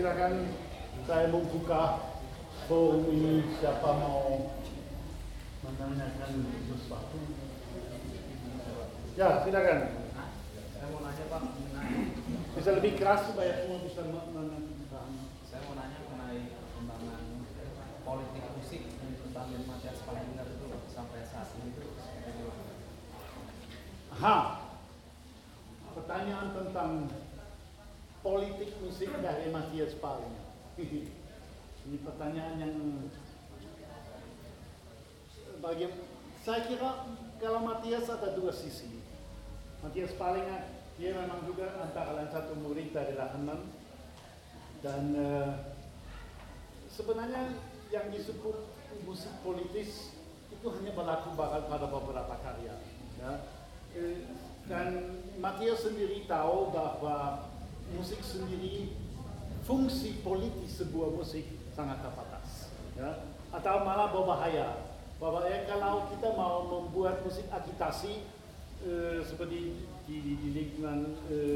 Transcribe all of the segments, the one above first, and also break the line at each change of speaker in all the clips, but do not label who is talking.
silakan saya membuka forum ini. Siapa mau menanyakan sesuatu? Ya, silakan.
Saya mau nanya Pak
bisa lebih keras supaya semua bisa menanyakan.
Saya mau nanya mengenai perkembangan politik musik untuk Damian Mathias Palinger itu sampai saat ini itu seperti apa?
Aha. Pertanyaan tentang politik musik dari Mathias Palinger. Ini pertanyaan yang saya kira kalau Mathias ada dua sisi. Mathias Palinger dia memang juga antara lain satu murid dari Rahman dan sebenarnya yang disebut musik politis itu hanya berlaku pada beberapa karya. Ya. Dan Mathias sendiri tahu bahwa musik sendiri, fungsi politis sebuah musik sangat terbatas, ya? Atau malah berbahaya. Bahwa kalau kita mau membuat musik agitasi seperti di lingkungan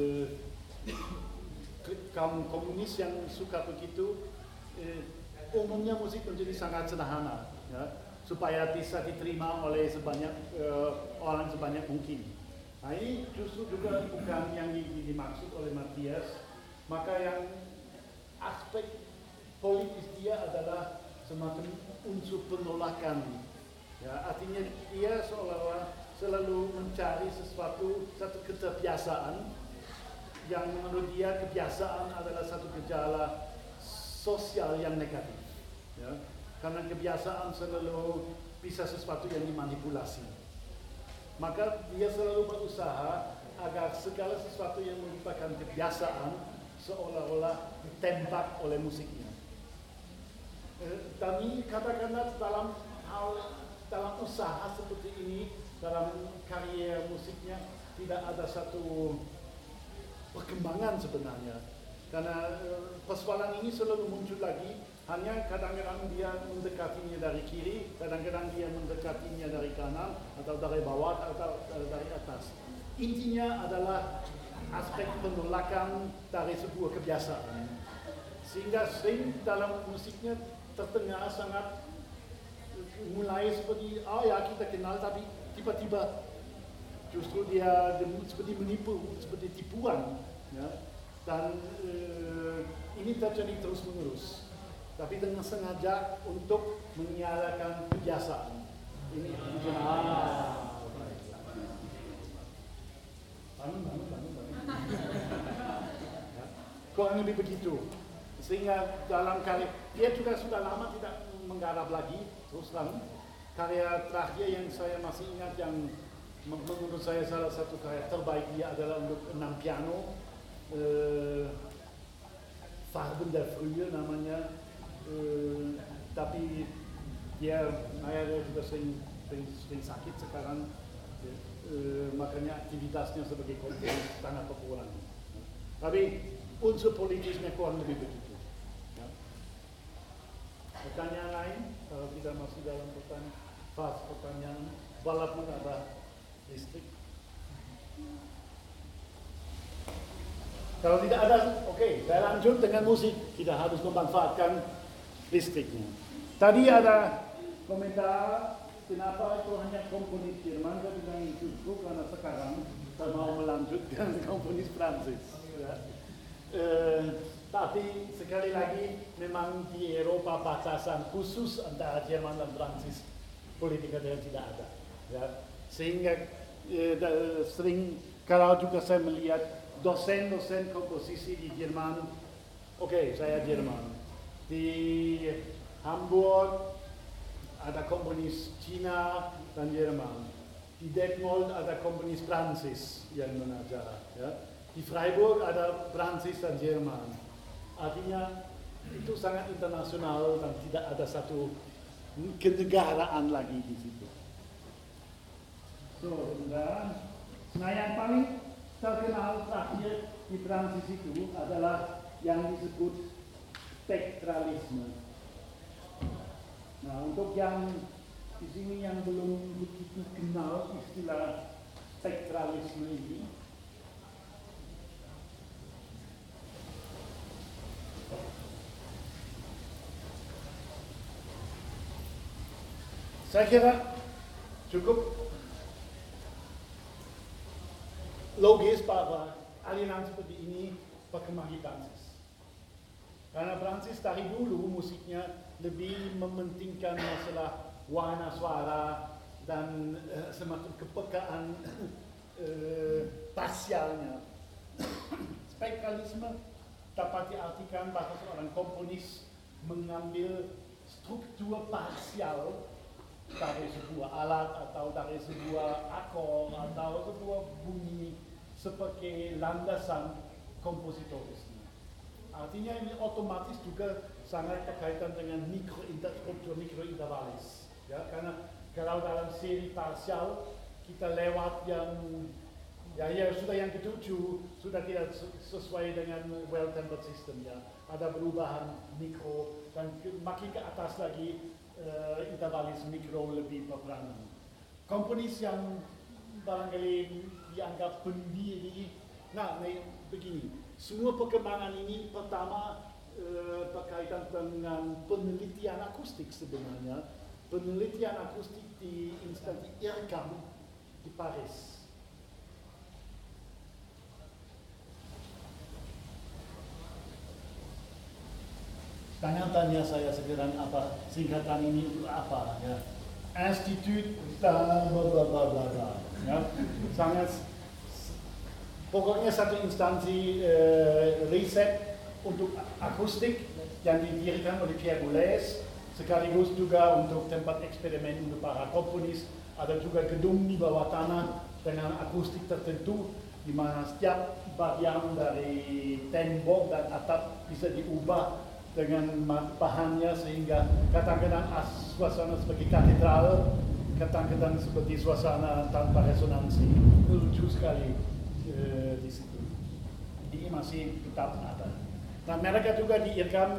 kaum komunis yang suka begitu, umumnya musik menjadi sangat sederhana, ya? Supaya bisa diterima oleh sebanyak orang sebanyak mungkin. Nah ini justru juga bukan yang dimaksud oleh Mathias. Maka yang aspek politis dia adalah semacam unsur penolakan. Ya, artinya dia seolah-olah selalu mencari satu keterbiasaan yang menurut dia kebiasaan adalah satu gejala sosial yang negatif. Ya, karena kebiasaan selalu bisa sesuatu yang dimanipulasi. Maka dia selalu berusaha agar segala sesuatu yang merupakan kebiasaan seolah-olah ditembak oleh musiknya. Kami katakanlah dalam usaha seperti ini, dalam karya musiknya tidak ada satu perkembangan sebenarnya. Karena persoalan ini selalu muncul lagi, hanya kadang-kadang dia mendekatinya dari kiri, kadang-kadang dia mendekatinya dari kanan, atau dari bawah, atau dari atas. Intinya adalah aspek penolakan dari sebuah kebiasaan. Sehingga sering dalam musiknya terdengar sangat mulai seperti, oh ya kita kenal, tapi tiba-tiba justru dia seperti menipu, seperti tipuan. Ya. Dan ini terjadi terus-menerus. Tapi dengan sengaja untuk menyalakan kebiasaan. Ini kurang lebih begitu. Sehingga dalam karya dia juga sudah lama tidak menggarap lagi. Terus terang karya terakhir yang saya masih ingat yang menurut saya salah satu karya terbaik dia adalah untuk 6 piano. Farben der Frühe namanya. Tapi dia juga sering sakit sekarang, makanya aktivitasnya sebagai komponis sangat berkurang. Tapi unsur politisnya kurang lebih begitu. Ya. Pertanyaan lain, kalau kita masih dalam pertanyaan, walaupun ada listrik. Kalau tidak ada, oke, saya lanjut dengan musik. Kita harus memanfaatkan listriknya. Tadi ada komentar kenapa itu hanya komponis Jerman. Saya bilang justru karena sekarang saya mau melanjutkan komponis Prancis. Ya. Tapi sekali lagi memang di Eropa batasan khusus antara Jerman dan Prancis politika yang tidak ada. Ya. Sehingga sering kalau juga saya melihat dosen-dosen komposisi di Jerman, oke, saya Jerman. Di Hamburg ada komponis Cina dan Jerman. Di Detmold ada komponis Prancis yang mengajar. Ya. Di Freiburg ada Prancis dan Jerman. Artinya itu sangat internasional dan tidak ada satu kenegaraan lagi di situ. Nah yang paling terkenal terakhir di Prancis itu adalah yang disebut spektralisme. Nah, untuk yang di sini yang belum begitu kenal istilah spektralisme ini, Saya kira cukup logis bahwa aliran seperti ini berkembang di Prancis. Karena Prancis dari dulu musiknya lebih mementingkan masalah warna suara dan semacam kepekaan parsialnya. Spektralisme dapat diartikan bahwa seorang komponis mengambil struktur parsial dari sebuah alat atau dari sebuah akor atau sebuah bunyi sebagai landasan kompositorisme. Artinya ini otomatis juga sangat berkaitan dengan struktur mikrointervalis. Ya, karena kalau dalam seri parsial kita lewat yang sudah yang ketujuh sudah tidak sesuai dengan well tempered system ya. Ada perubahan mikro dan makin ke atas lagi intervalis mikro lebih berperanan. Komponis yang barangkali dianggap pendiri, begini, semua perkembangan ini pertama berkaitan dengan penelitian akustik sebenarnya, penelitian akustik di instansi IRCAM di Paris. Tanya-tanya saya sekarang apa singkatan ini untuk apa ya? Institut bla bla bla bla bla ya. Sangat pokoknya satu instansi riset untuk akustik yang didirikan oleh Pierre Boulez, sekaligus juga untuk tempat eksperimen untuk para komponis. Ada juga gedung di bawah tanah dengan akustik tertentu di mana setiap bagian dari tembok dan atap bisa diubah dengan bahannya sehingga kadang-kadang suasana sebagai katedral, kadang-kadang seperti suasana tanpa resonansi. Lucu sekali di situ. Ini masih tetap ada. Nah, mereka juga di IRCAM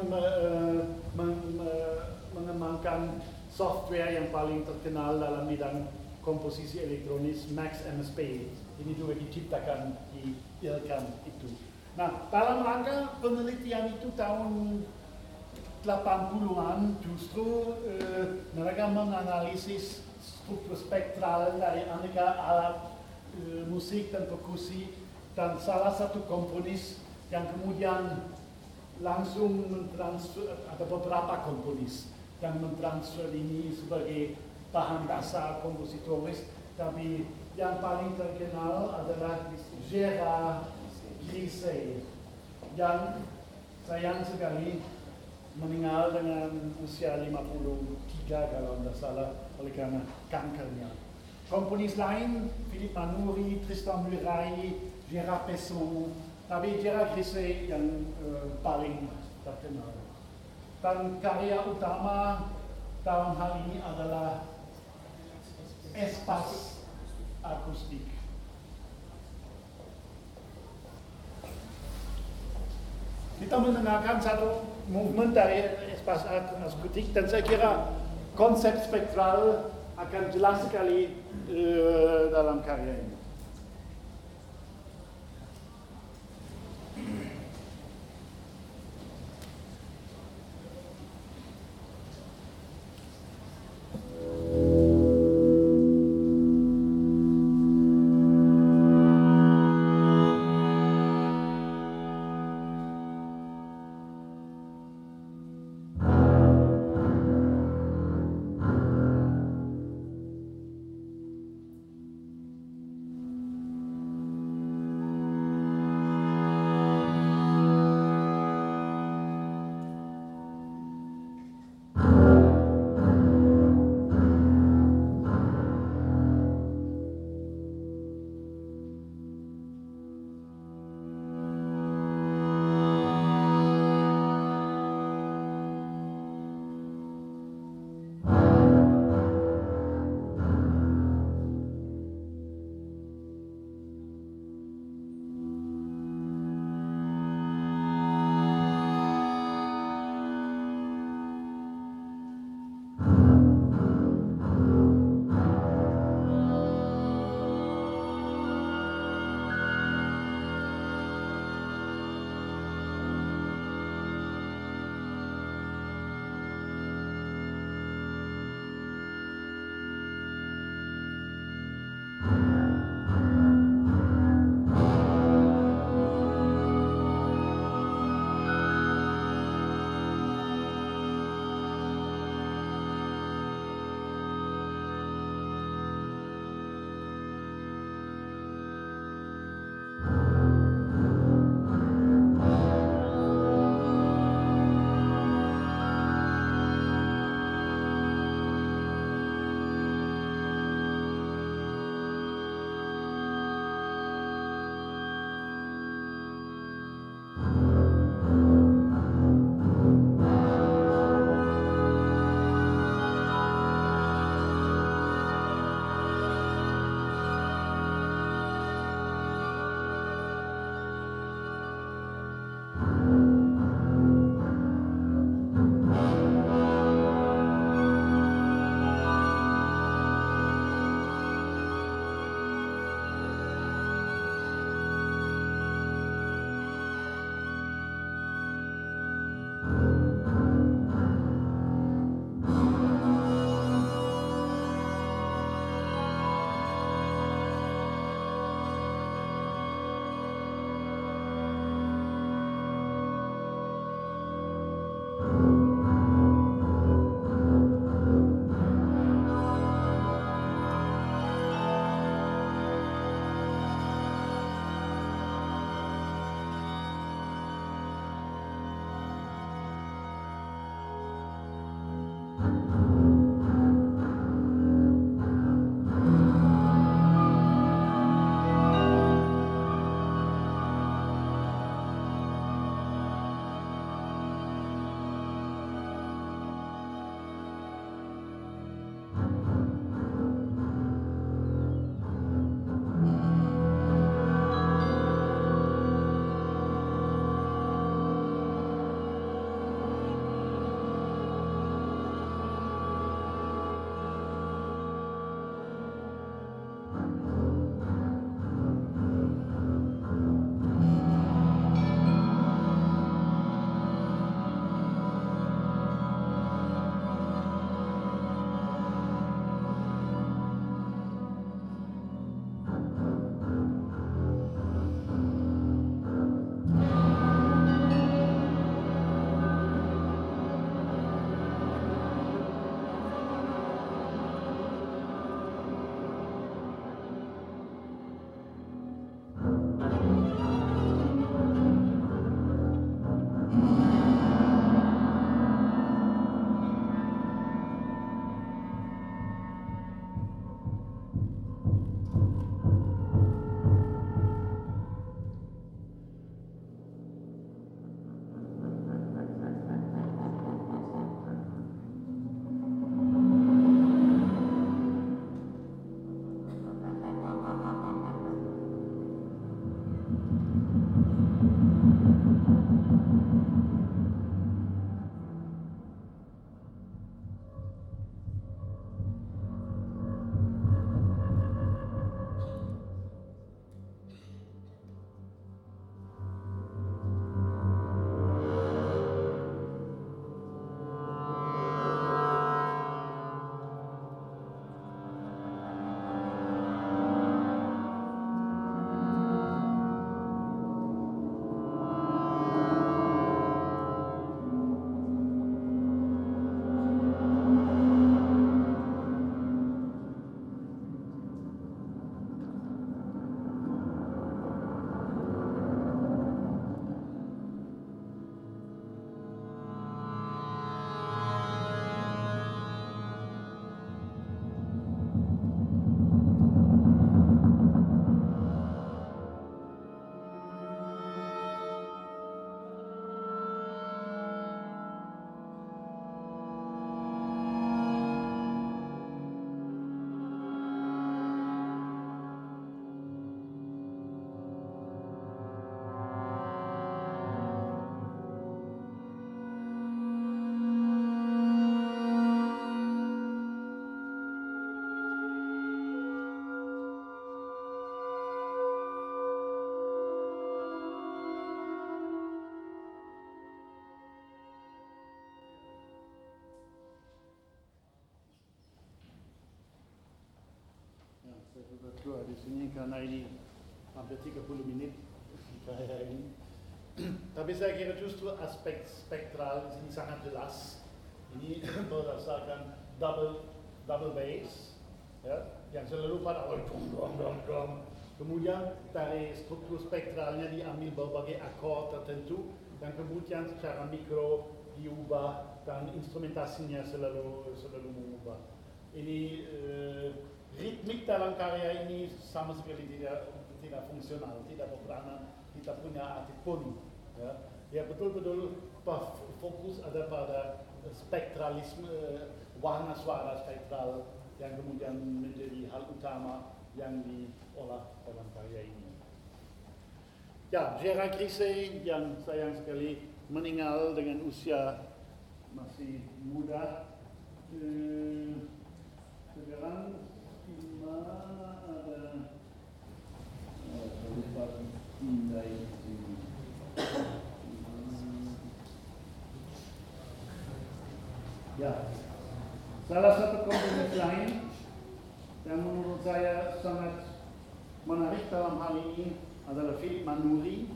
mengembangkan software yang paling terkenal dalam bidang komposisi elektronis, Max MSP. Ini juga diciptakan di IRCAM itu. Nah, dalam rangka penelitian itu tahun 80-an justru mereka menganalisis struktur spektral dari aneka alat musik dan perkusi, dan salah satu komponis yang kemudian langsung mentransfer, ada beberapa komponis yang mentransfer ini sebagai bahan dasar kompositoris, tapi yang paling terkenal adalah Gérard Griset yang sayang sekali meninggal dengan usia 53 kalau tidak salah oleh karena kankernya. Komponis lain, Philippe Manuri, Tristan Muraille, Gérard Pesson, tapi Gérard Griset yang paling terkenal. Dan karya utama dalam hal ini adalah Espace akustik. Kita mendengarkan satu movement dari Espace akustik dan saya kira konsep spektral akan jelas sekali dalam karya ini. Saya sudah tua di sini karena ini hampir 30 menit karya ini. Tapi saya kira justru aspek spektral di sini sangat jelas. Ini berdasarkan double bass, ya, yang selalu pada awal drum. Kemudian dari struktur spektralnya diambil berbagai akord tertentu dan kemudian secara mikro diubah dan instrumentasinya selalu mengubah. Ini ritmik dalam karya ini sama sekali tidak fungsional, tidak berperanan, tidak punya arti pun. Ya betul-betul fokus ada pada spektralisme, warna suara spektral yang kemudian menjadi hal utama yang diolah dalam karya ini. Ya, Gérard Griset yang sayang sekali meninggal dengan usia masih muda. Sekarang ada ya, salah satu komponis lain yang menurut saya sangat menarik dalam hal ini adalah Philippe Manuri,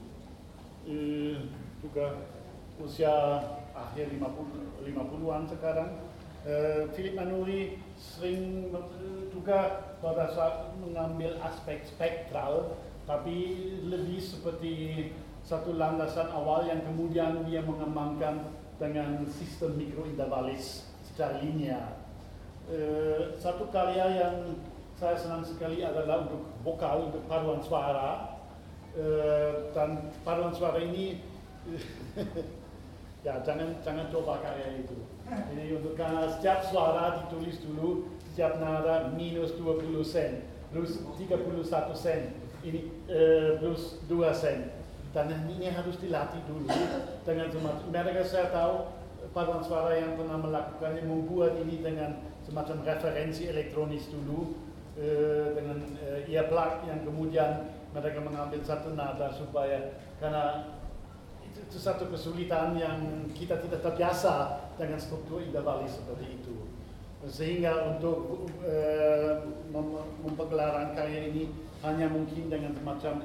juga usia akhir 50-an sekarang. Philippe Manuri sering juga pada saat mengambil aspek spektral, tapi lebih seperti satu landasan awal yang kemudian dia mengembangkan dengan sistem mikrointervalis secara linear. Satu karya yang saya senang sekali adalah untuk vokal, untuk paduan suara, dan paduan suara ini ya jangan coba karya itu. Ini untuk karena setiap suara ditulis dulu, setiap nada minus 20 sen, plus 31 sen, ini plus 2 sen. Dan ini harus dilatih dulu dengan semacam. Mereka saya tahu paduan suara yang pernah melakukannya membuat ini dengan semacam referensi elektronis dulu, dengan earplug yang kemudian mereka mengambil satu nada supaya, karena itu satu kesulitan yang kita tidak terbiasa dengan struktur intervalis seperti itu. Sehingga untuk mempergelaran karya ini hanya mungkin dengan semacam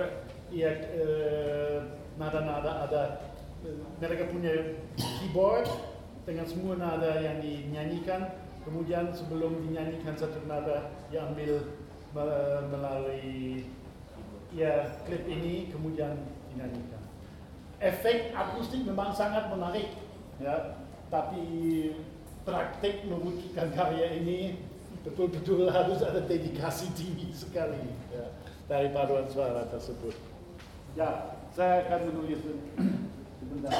nada-nada ada. Mereka punya keyboard dengan semua nada yang dinyanyikan, kemudian sebelum dinyanyikan satu nada diambil melalui klip ini, kemudian dinyanyikan. Efek akustik memang sangat menarik, ya, tapi praktik mewujudkan karya ini betul-betul harus ada dedikasi tinggi sekali, ya, dari paduan suara tersebut. Ya, saya akan menulis sebentar.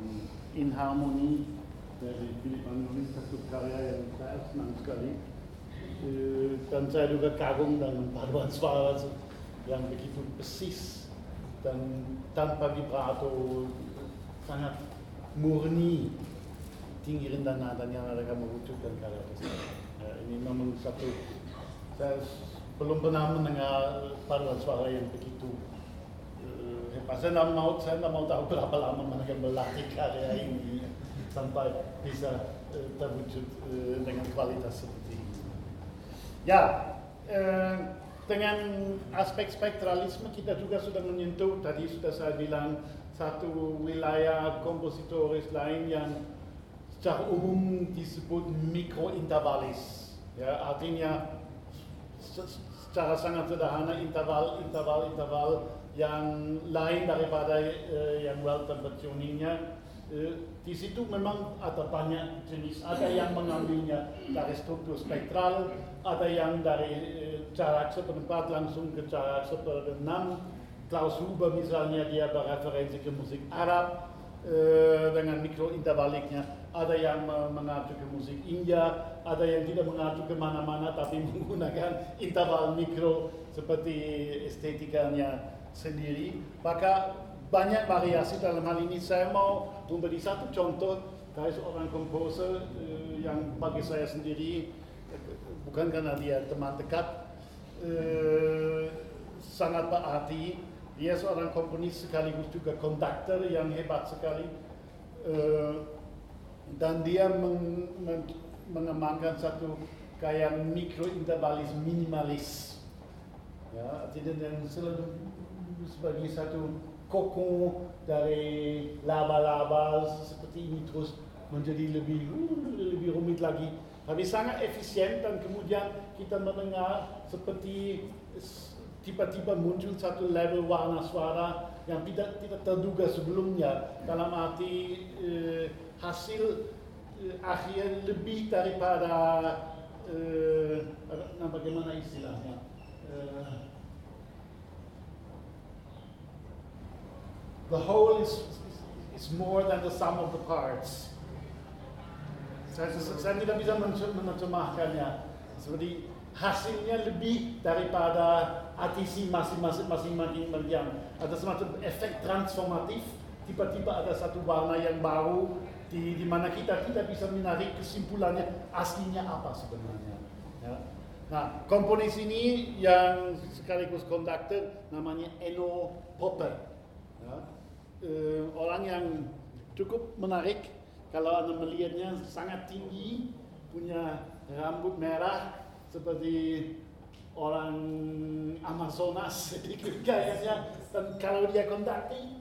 Inharmonie dari Philipp Angeli, satu karya yang saya senang sekali. Dan saya juga kagum dengan paduan suara yang begitu persis dan tanpa vibrato, sangat murni, tinggi rendah nadanya mereka mewujudkan karya tersebut. Ini memang satu, saya belum pernah mendengar paduan suara yang begitu hebat. Saya tidak mau tahu berapa lama mereka melatih karya ini sampai bisa terwujud dengan kualitas seperti ini. Ya, dengan aspek spektralisme kita juga sudah menyentuh, tadi sudah saya bilang, satu wilayah kompositoris lain yang secara umum disebut mikrointervalis. Ya, artinya secara sangat sederhana interval yang lain daripada yang Welton tuningnya. Di situ memang ada banyak jenis, ada yang mengambilnya dari struktur spektral, ada yang dari jarak seperempat langsung ke jarak seperenam. Klaus Huber misalnya, dia bereferensi ke musik Arab dengan mikrointervaliknya, ada yang mengacu ke musik India, ada yang tidak mengacu ke mana-mana tapi menggunakan interval mikro seperti estetikanya sendiri. Maka banyak variasi dalam hal ini. Saya mau memberi satu contoh dari seorang komposer yang bagi saya sendiri, bukan karena dia teman dekat, sangat berarti. Dia seorang komponis sekaligus juga konduktor yang hebat sekali, dan dia mengembangkan satu kayak mikrointervalis minimalis. Ya, tidak selalu sebagai satu kokon dari laba-laba seperti ini terus menjadi lebih rumit lagi, tapi sangat efisien. Dan kemudian kita mendengar seperti tiba-tiba muncul satu level warna suara yang tidak terduga sebelumnya, dalam arti hasil akhir lebih daripada bagaimana istilahnya, the whole is more than the sum of the parts. Saya tidak bisa menerjemahkannya, seperti hasilnya lebih daripada adisi masing-masing bagian. Ada semacam efek transformatif, tiba-tiba ada satu warna yang baru di mana kita bisa menarik kesimpulannya aslinya apa sebenarnya. Ya. Nah, komponis ini yang sekaligus konduktor namanya Enno Popper. Ya. Orang yang cukup menarik kalau Anda melihatnya, sangat tinggi, punya rambut merah seperti orang Amazonas sedikit kayaknya, dan kalau dia kondukti,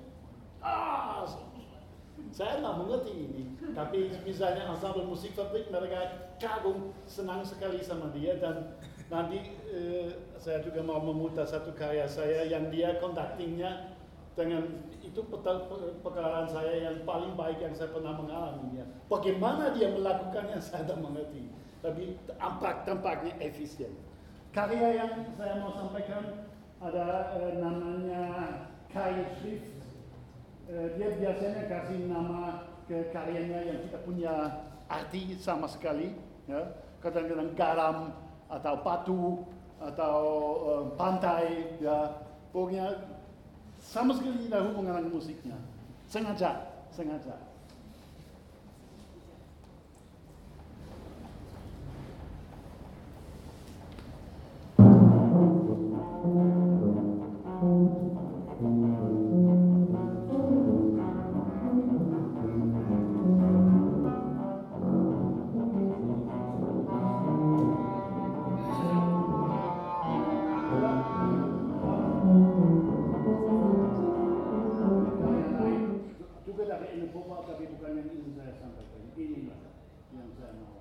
saya nggak mengerti ini. Tapi misalnya ensemble musik fabrik, mereka kagum, senang sekali sama dia. Dan nanti saya juga mau memutar satu karya saya yang dia konduktingnya dengan itu pekerjaan saya yang paling baik yang saya pernah mengalami. Bagaimana dia melakukannya saya tidak mengerti, tapi tampaknya efisien. Karya yang saya mau sampaikan ada namanya Kai Schrift. Dia biasanya kasih nama ke karyanya yang tidak punya arti sama sekali. Ya. Kadang-kadang garam atau batu atau pantai. Ya. Pokoknya sama sekali tidak hubungan dengan musiknya. Sengaja. Tapi bukan yang ingin saya sampaikan. Inilah yang saya mau.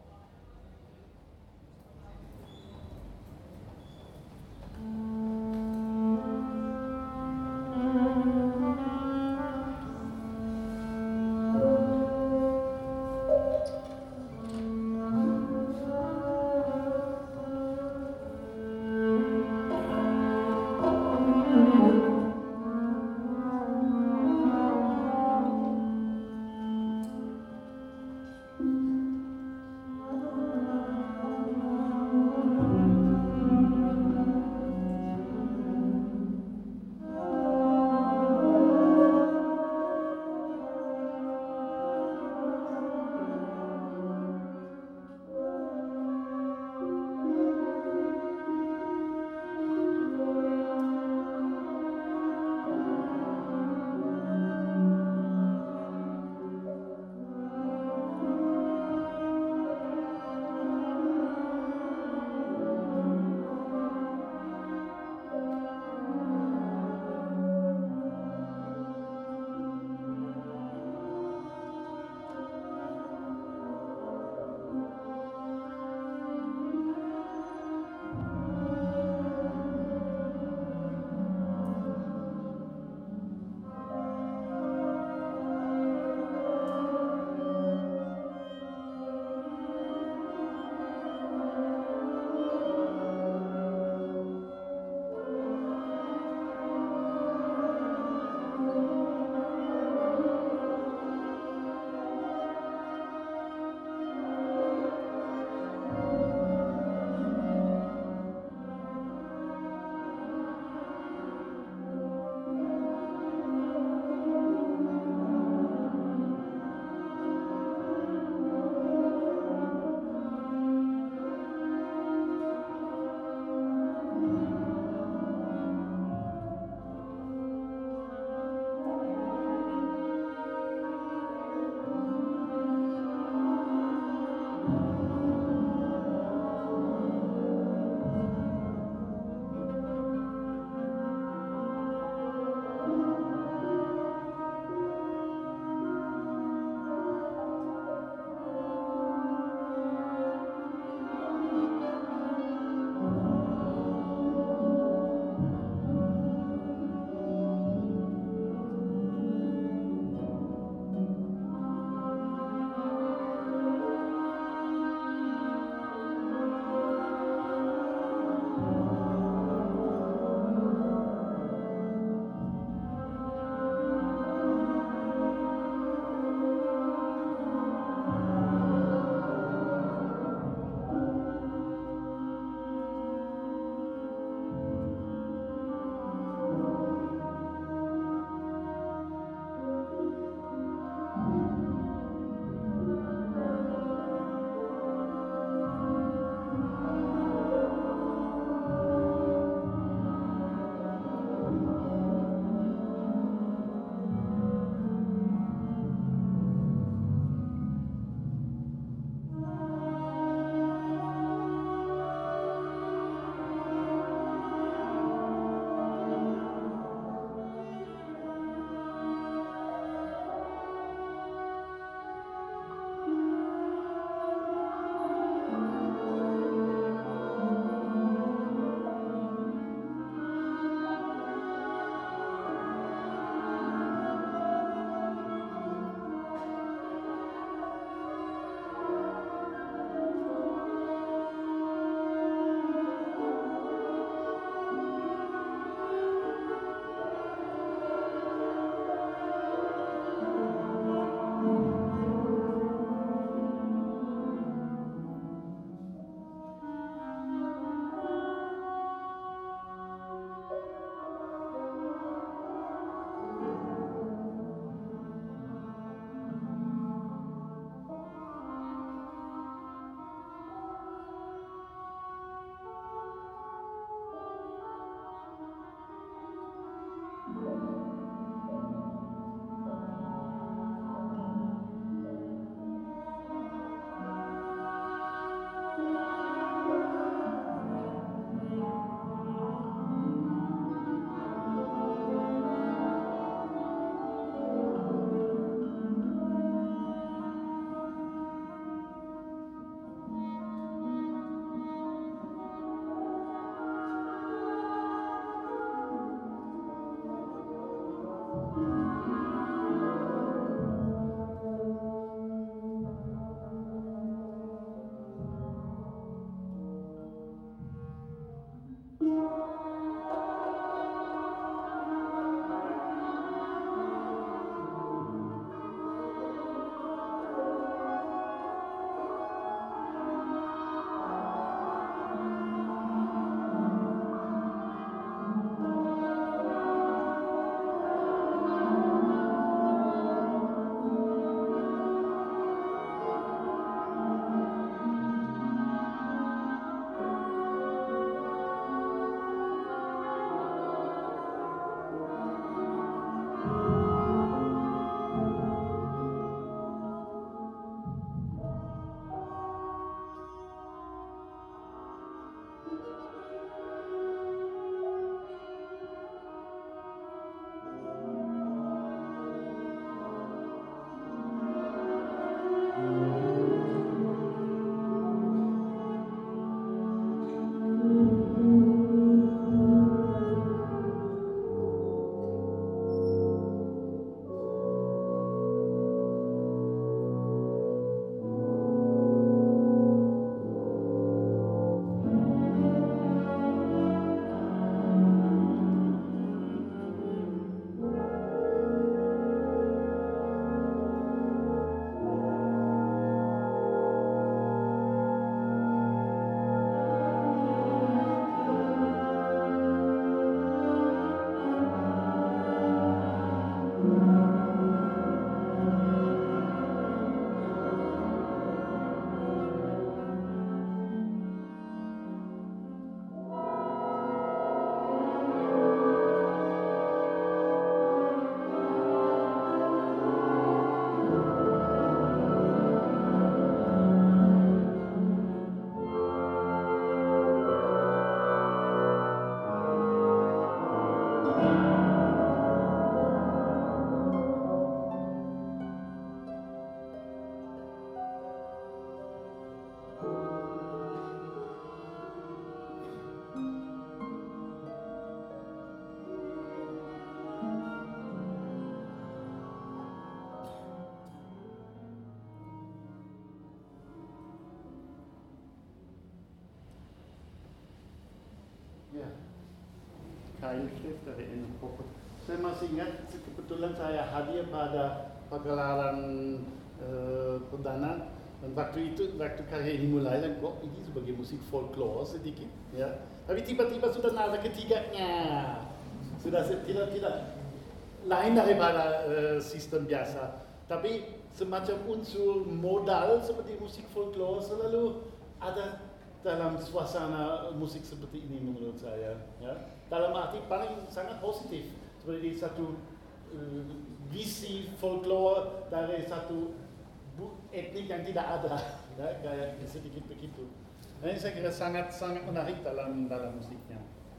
Zeitschrift dari Enopop. Saya masih ingat kebetulan saya hadir pada pagelaran perdana, dan waktu karya ini mulai dan kok ini sebagai musik folklore sedikit ya. Tapi tiba-tiba sudah nada ketiganya. Sudah tidak lain daripada sistem biasa. Tapi semacam unsur modal seperti musik folklore selalu ada dalam suasana musik seperti ini menurut saya. Ya. Dalam arti paling sangat positif. Seperti satu visi folklore dari satu etnik yang tidak ada, ya, kayak sedikit begitu. Nah, ini saya kira sangat menarik dalam musiknya.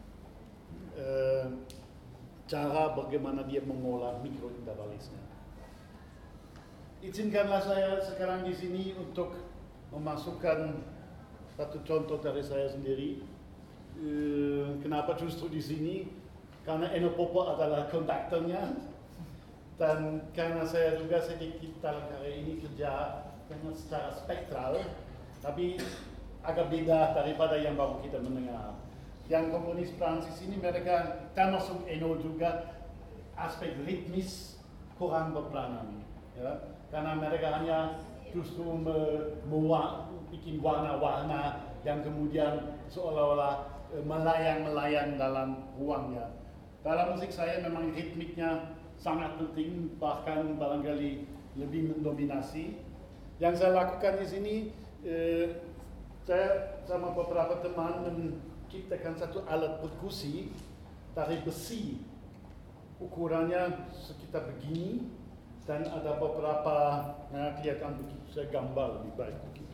Cara bagaimana dia mengolah mikrointervalisnya. Izinkanlah saya sekarang di sini untuk memasukkan satu contoh dari saya sendiri. Kenapa justru di sini? Karena Enopopo adalah konduktornya, dan karena saya juga sedikit dalam karya ini kerja dengan secara spektral, tapi agak beda daripada yang baru kita mendengar. Yang komponis Prancis ini mereka termasuk Eno juga aspek ritmis kurang berperanan, ya, karena mereka hanya justru bikin warna-warna yang kemudian seolah-olah melayang-melayang dalam ruangnya. Dalam musik saya memang ritmiknya sangat penting, bahkan barangkali lebih mendominasi. Yang saya lakukan di sini, saya sama beberapa teman menciptakan satu alat perkusi dari besi. Ukurannya sekitar begini, dan ada beberapa, kelihatan begitu, saya gambar lebih baik begitu.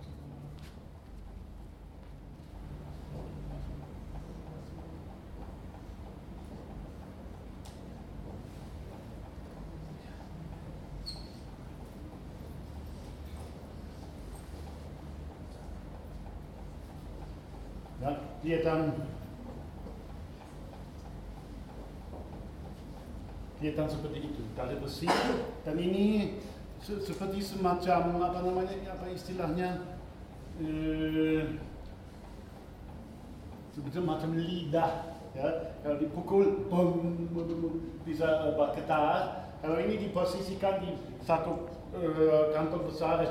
Kelihatan seperti itu dari besi, dan ini seperti semacam istilahnya, semacam lidah, ya. Kalau dipukul bisa bergetar. Kalau ini diposisikan di satu kantong besar,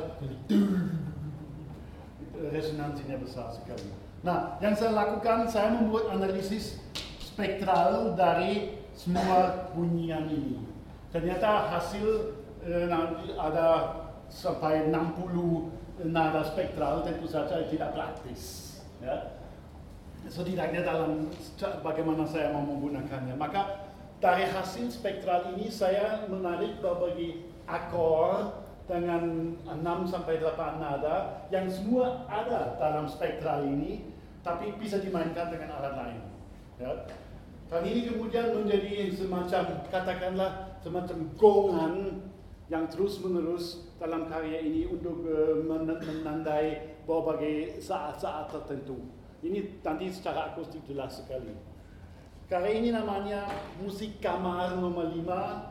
resonansinya besar sekali. Nah, yang saya lakukan, saya membuat analisis spektral dari semua bunyian ini. Ternyata hasil ada sampai 60 nada spektral, tentu saja tidak praktis. Ya. Setidaknya dalam bagaimana saya mau menggunakannya. Maka dari hasil spektral ini saya menarik berbagai akor dengan 6 sampai 8 nada yang semua ada dalam spektral ini, tapi bisa dimainkan dengan alat lain. Ya. Dan ini kemudian menjadi semacam, katakanlah, semacam gongan yang terus-menerus dalam karya ini untuk menandai berbagai saat-saat tertentu. Ini nanti secara akustik jelas sekali. Karya ini namanya musik kamar nomor 5,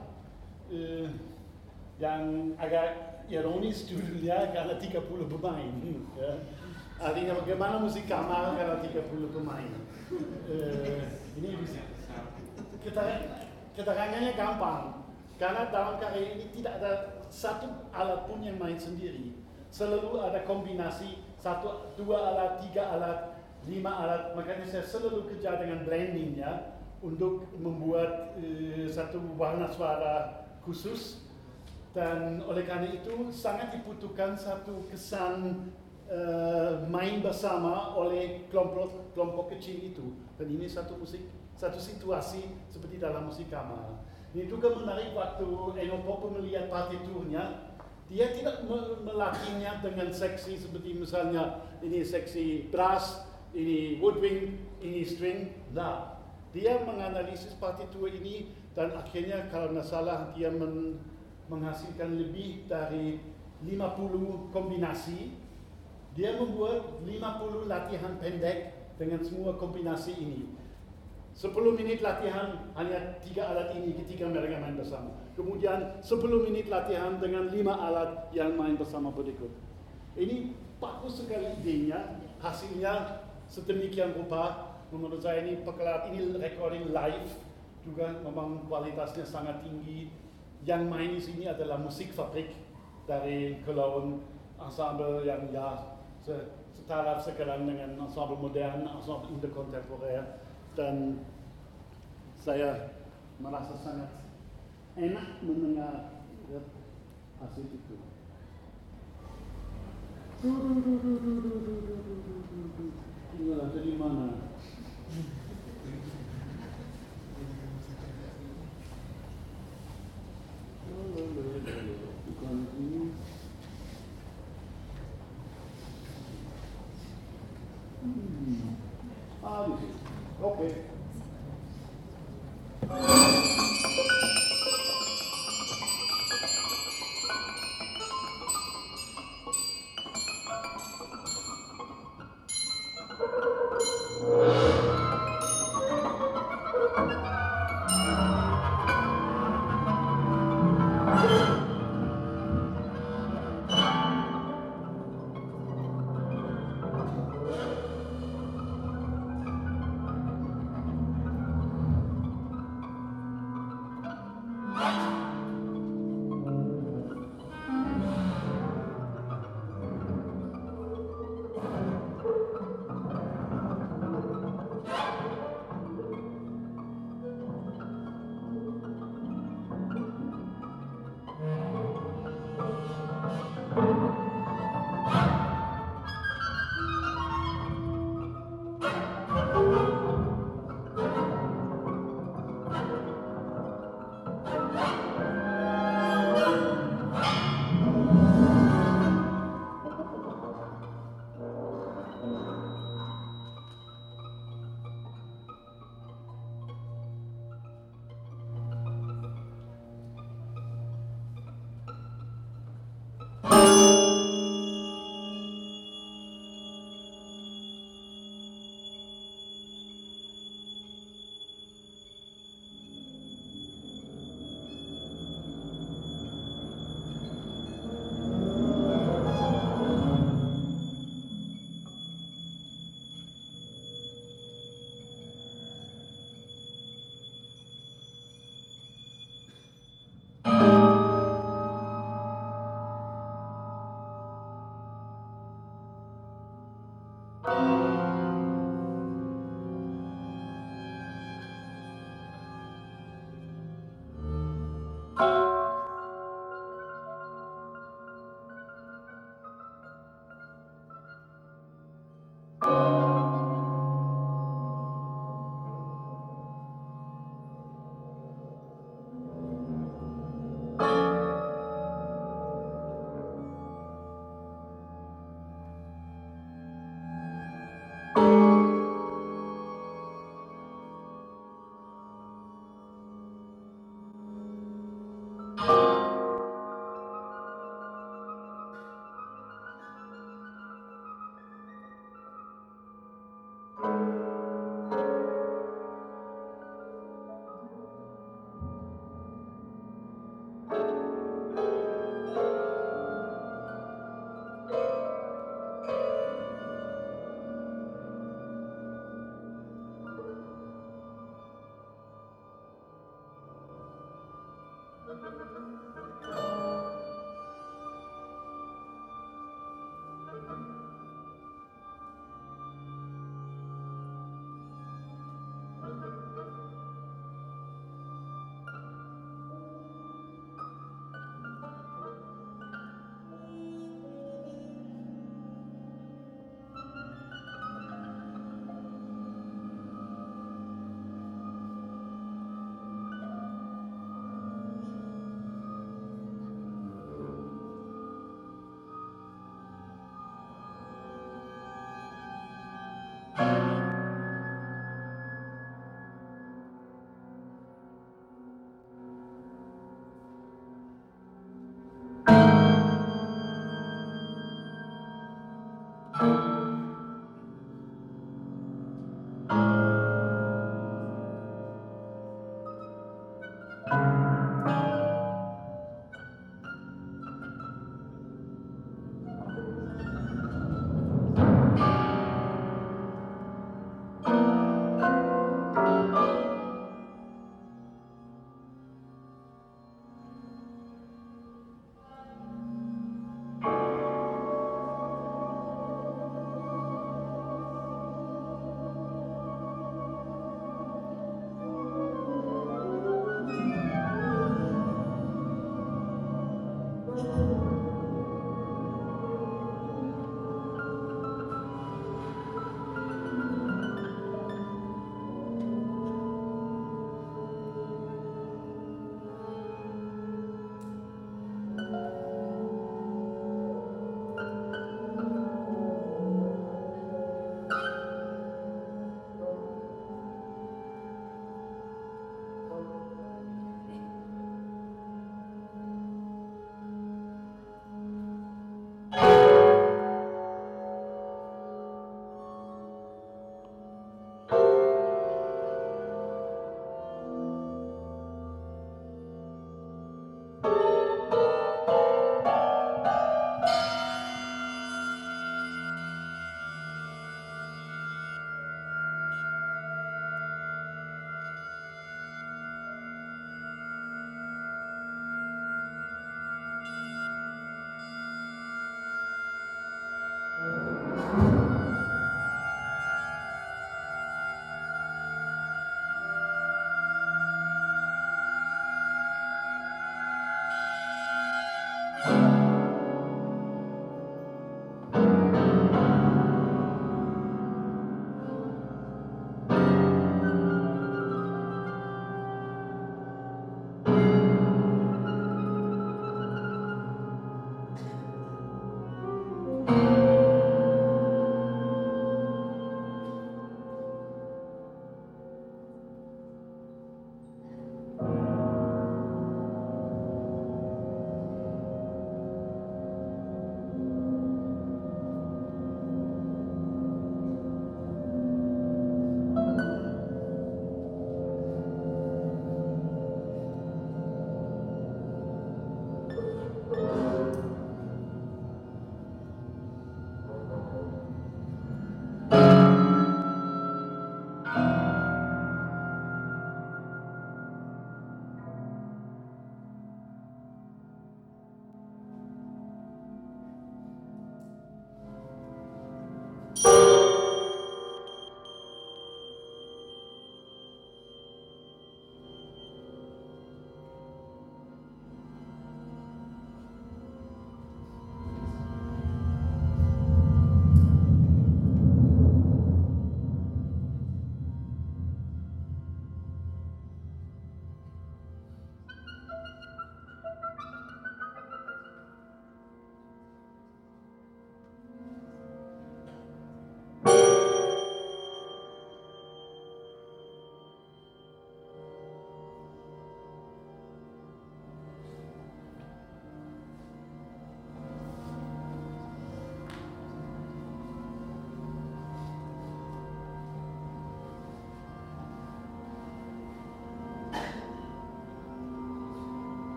yang agak ironis judulnya karena 30 pemain. Ya. Artinya bagaimana musik kamar karena 30 pemain. Ini bisa. Keterangannya gampang, karena dalam karya ini tidak ada satu alat pun yang main sendiri. Selalu ada kombinasi 1, 2 alat, 3 alat, 5 alat. Makanya saya selalu kerja dengan blendingnya untuk membuat satu warna suara khusus. Dan oleh karena itu sangat dibutuhkan satu kesan main bersama oleh kelompok kecil itu. Dan ini satu situasi seperti dalam musik kamar. Ini juga menarik waktu Enopopo melihat partiturnya, dia tidak melatihnya dengan seksi seperti misalnya ini seksi brass, ini woodwind, ini string. Nah, dia menganalisis partitur ini dan akhirnya kalau tidak salah dia menghasilkan lebih dari 50 kombinasi. Dia membuat 50 latihan pendek dengan semua kombinasi ini. 10 menit latihan hanya 3 alat ini ketika mereka main bersama. Kemudian 10 menit latihan dengan 5 alat yang main bersama berikut. Ini bagus sekali idenya, hasilnya sedemikian rupa menurut saya ini recording live juga memang kualitasnya sangat tinggi. Yang main di sini adalah Musikfabrik dari Cologne, ensemble yang ya setara sekarang dengan ensemble modern, ensemble interkontemporer, dan saya merasa sangat enak mendengar hasil itu. Tinggal dari mana? Bukan ini. Di sini. Oke.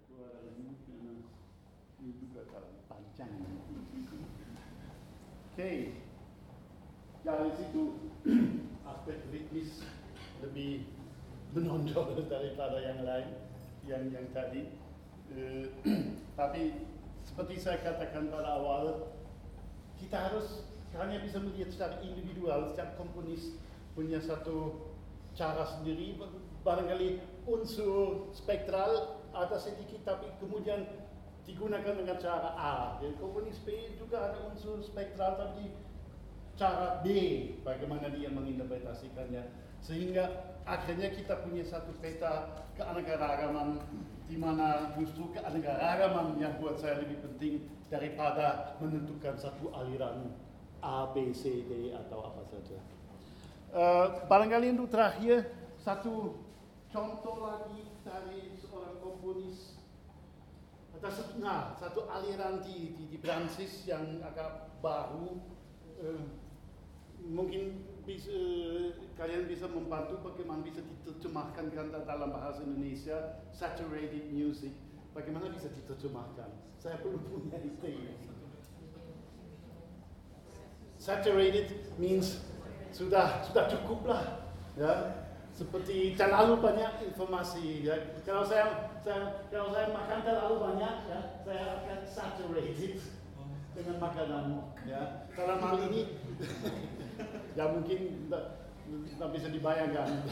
keluar dari ini karena ini juga terlalu panjang. Oke, dari situ aspek ritmis lebih menonjol daripada yang lain, yang tadi. Tapi seperti saya katakan pada awal, kita harus hanya bisa melihat secara individual. Setiap komponis punya satu cara sendiri. Barangkali unsur spektral ada sedikit, tapi kemudian digunakan dengan cara A. Jadi komponis B juga ada unsur spektral, tapi cara B bagaimana dia menginterpretasikannya. Sehingga akhirnya kita punya satu peta keanekaragaman, di mana justru keanekaragaman yang buat saya lebih penting daripada menentukan satu aliran A, B, C, D atau apa saja. Barangkali untuk terakhir, satu contoh lagi dari seorang komponis. Ada satu aliran di Prancis yang agak baru. Mungkin kalian bisa membantu bagaimana bisa diterjemahkan dalam bahasa Indonesia, saturated music. Bagaimana bisa diterjemahkan? Saya belum punya ide. Saturated means sudah cukup lah, ya. Seperti terlalu banyak informasi, ya. Kalau saya makan terlalu banyak, ya, saya akan saturated dengan makanan, ya. Dalam hal ini, ya mungkin tidak bisa dibayangkan.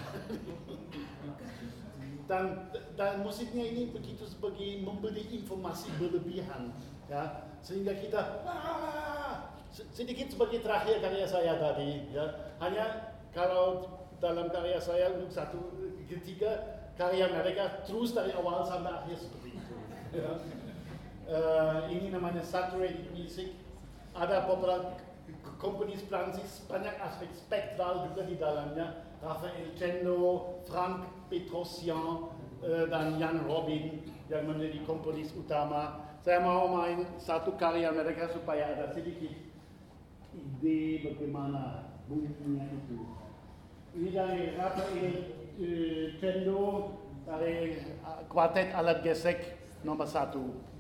Dan musiknya ini begitu sebagai memberi informasi berlebihan, ya, sehingga kita sedikit sebagai terakhir karya saya tadi, ya. Hanya kalau dalam karya saya untuk satu ketiga karya mereka terus dari awal sampai akhir seperti itu. Ya. Ini namanya saturated music. Ada beberapa komponis Prancis, banyak aspek spektral juga di dalamnya. Raphael Cendo, Frank Petrosian, dan Jan Robin yang menjadi komponis utama. Saya mau main satu karya mereka supaya ada sedikit ide bagaimana bunyinya itu. Ini dari Raphael Cendo, dari kuartet alat gesek nomor 1.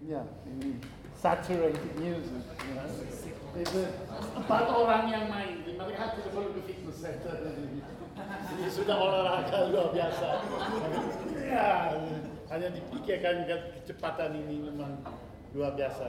Ya, ini saturated music. You know? Itu 4 orang yang main, mereka tidak perlu ke fitness center. Ini sudah olahraga luar biasa. Ya, hanya dipikirkan kecepatan ini memang luar biasa.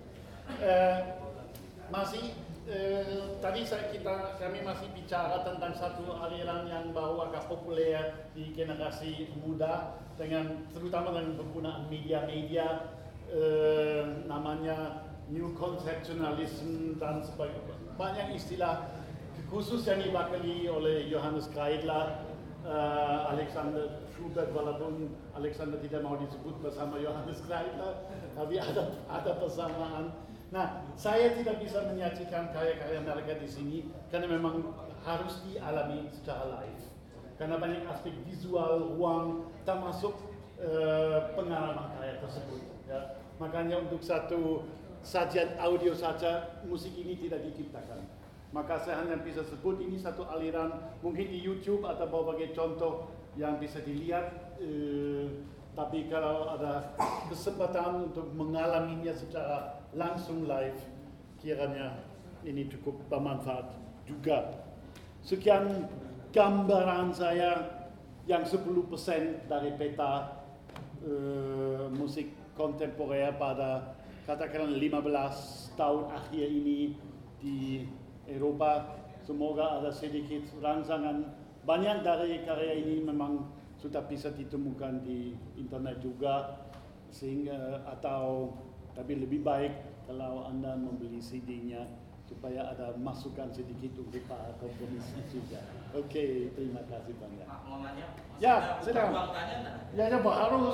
Tadi kami masih bicara tentang satu aliran yang baru agak populer di generasi muda, terutama dengan penggunaan media-media, namanya New Conceptualism dan sebagainya. Banyak istilah khusus yang dipakai oleh Johannes Kreidler, Alexander Schubert, walaupun Alexander tidak mau disebut bersama Johannes Kreidler, tapi ada persamaan. Nah, saya tidak bisa menyaksikan karya-karya mereka di sini karena memang harus dialami secara live. Karena banyak aspek visual, ruang, termasuk pengalaman karya tersebut. Ya. Makanya untuk satu sajian audio saja, musik ini tidak diciptakan. Maka saya hanya bisa sebut ini satu aliran, mungkin di YouTube atau berbagai contoh yang bisa dilihat. Tapi kalau ada kesempatan untuk mengalaminya secara langsung live, kiranya ini cukup bermanfaat juga. Sekian gambaran saya yang 10% dari peta musik kontemporer pada katakanlah 15 tahun akhir ini di Eropa. Semoga ada sedikit rangsangan. Banyak dari karya ini memang sudah bisa ditemukan di internet juga, sehingga tapi lebih baik kalau Anda membeli CD-nya supaya ada masukan sedikit untuk para komponis juga. Oke, terima kasih banyak.
Pak, mau nanya?
Ya, sedang.
Ruang tanya enggak?
Ya, harus.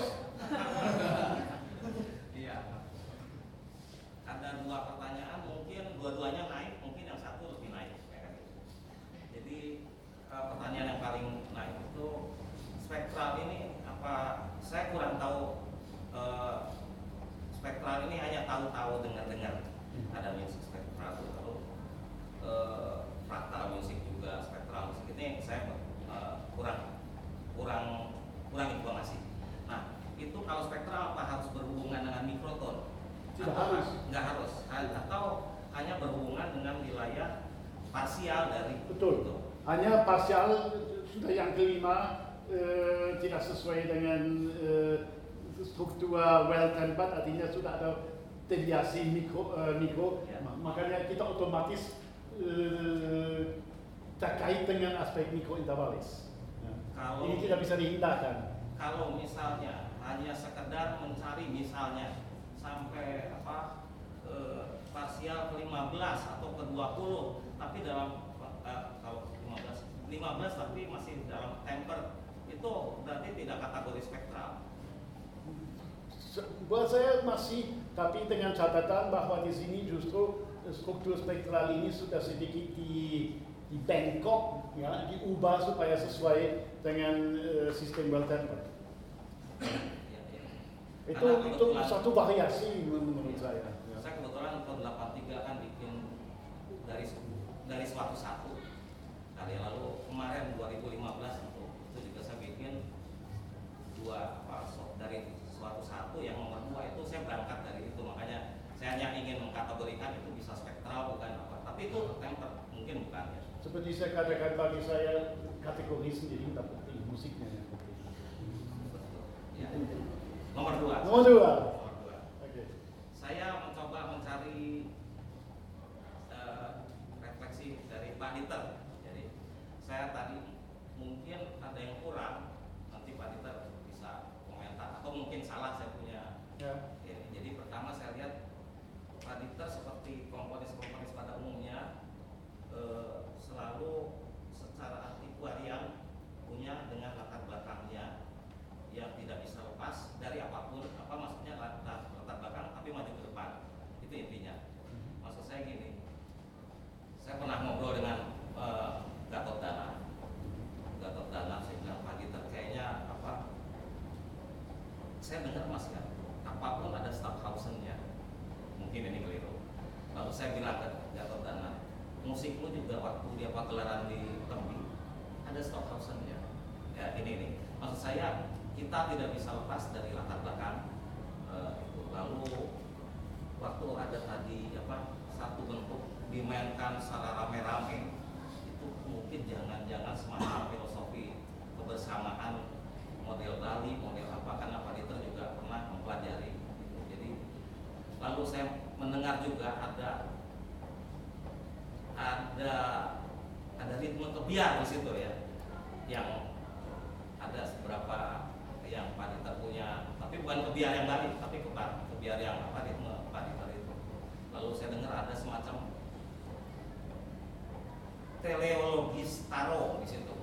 Iya. Ada 2 pertanyaan, mungkin dua-duanya naik, mungkin yang satu lebih naik. Jadi pertanyaan yang paling naik itu spektral ini apa? Saya kurang tahu. Spektral ini hanya tahu-tahu dengar-dengar ada musik spektral, lalu fraktal musik juga, spektral musik ini saya kurang informasi. Nah, itu kalau spektral apa harus berhubungan dengan mikroton?
Tidak harus.
Nggak harus, atau hanya berhubungan dengan wilayah parsial dari
betul.
Itu.
Hanya parsial sudah yang kelima, tidak sesuai dengan struktur well tempered, artinya sudah ada deviasi mikro.
Ya.
Makanya kita otomatis terkait dengan aspek mikrointervalis. Ya. Ini tidak bisa dihindarkan.
Kalau misalnya hanya sekedar mencari misalnya sampai parsial ke-15 atau ke-20, tapi dalam kalau 15 tapi masih dalam temper, itu berarti tidak kategori spektral.
Buat saya masih, tapi dengan catatan bahwa di sini justru struktur spektral ini sudah sedikit di Bangkok, ya, diubah supaya sesuai dengan sistem well tempered. Itu satu variasi menurut saya.
Saya kebetulan tahun 83 kan bikin dari suatu satu. Kali lalu kemarin 2015 itu juga saya bikin dari suatu satu yang nomor 2 itu saya berangkat dari itu, makanya saya hanya ingin mengkategorikan itu bisa spektral bukan apa, tapi itu temper mungkin bukan ya.
Seperti saya katakan, bagi saya kategori sendiri tak penting, musiknya yang penting.
Ya. Nomor 2.
Nomor 2. Oke.
Saya mencoba mencari refleksi dari Pak Dieter. Jadi saya tadi mungkin ada yang kurang, nanti Pak Dieter bisa komentar atau mungkin salah saya punya.
Ya.
Jadi pertama saya lihat Pak Dieter seperti komponis-komponis pada umumnya selalu secara antiquarian punya dengan latar belakangnya yang tidak bisa lepas dari apapun, apa maksudnya latar belakang tapi maju ke depan, itu intinya. Maksud saya gini, saya pernah ngobrol dengan Gatot Dana, saya bilang Pak Dieter kayaknya saya dengar Mas ya, apapun ada Stockhausen-nya, mungkin ini keliru. Lalu saya bilang ke Gatot Dana, musikmu juga waktu dia pagelaran di Tembi ada Stockhausen-nya. Ya ini maksud saya, kita tidak bisa lepas dari latar belakang itu. Lalu waktu ada tadi satu bentuk dimainkan secara rame-rame, itu mungkin jangan-jangan semacam filosofi kebersamaan model Bali, model apa, karena Pak Dieter juga pernah mempelajari gitu. Jadi lalu saya mendengar juga ada ritme kebiar di situ ya, yang ada beberapa yang Pak Dieter punya, tapi bukan kebiar yang Bali, tapi kebiar yang ritme Pak Dieter itu. Lalu saya dengar ada semacam teleologis taro di situ,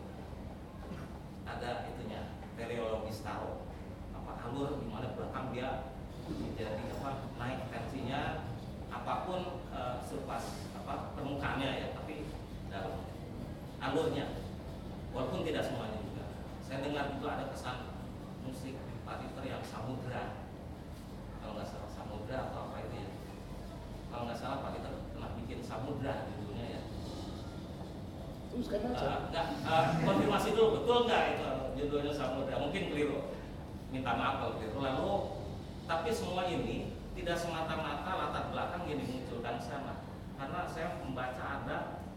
ada itunya teleologis taro, alur di mana belakang dia menjadi naik tensinya, apapun surface permukaannya ya, tapi dalam alurnya, walaupun tidak semuanya juga. Saya dengar juga ada kesan musik Pak Dieter yang samudra, kalau nggak salah samudra atau apa itu ya, kalau nggak salah Pak Dieter pernah bikin samudra judulnya ya.
Terus kan
konfirmasi dulu, betul nggak itu judulnya samudra? Mungkin keliru, minta maaf kalau keliru. Lalu tapi semua ini tidak semata-mata latar belakang yang dimunculkan sana, karena saya membaca ada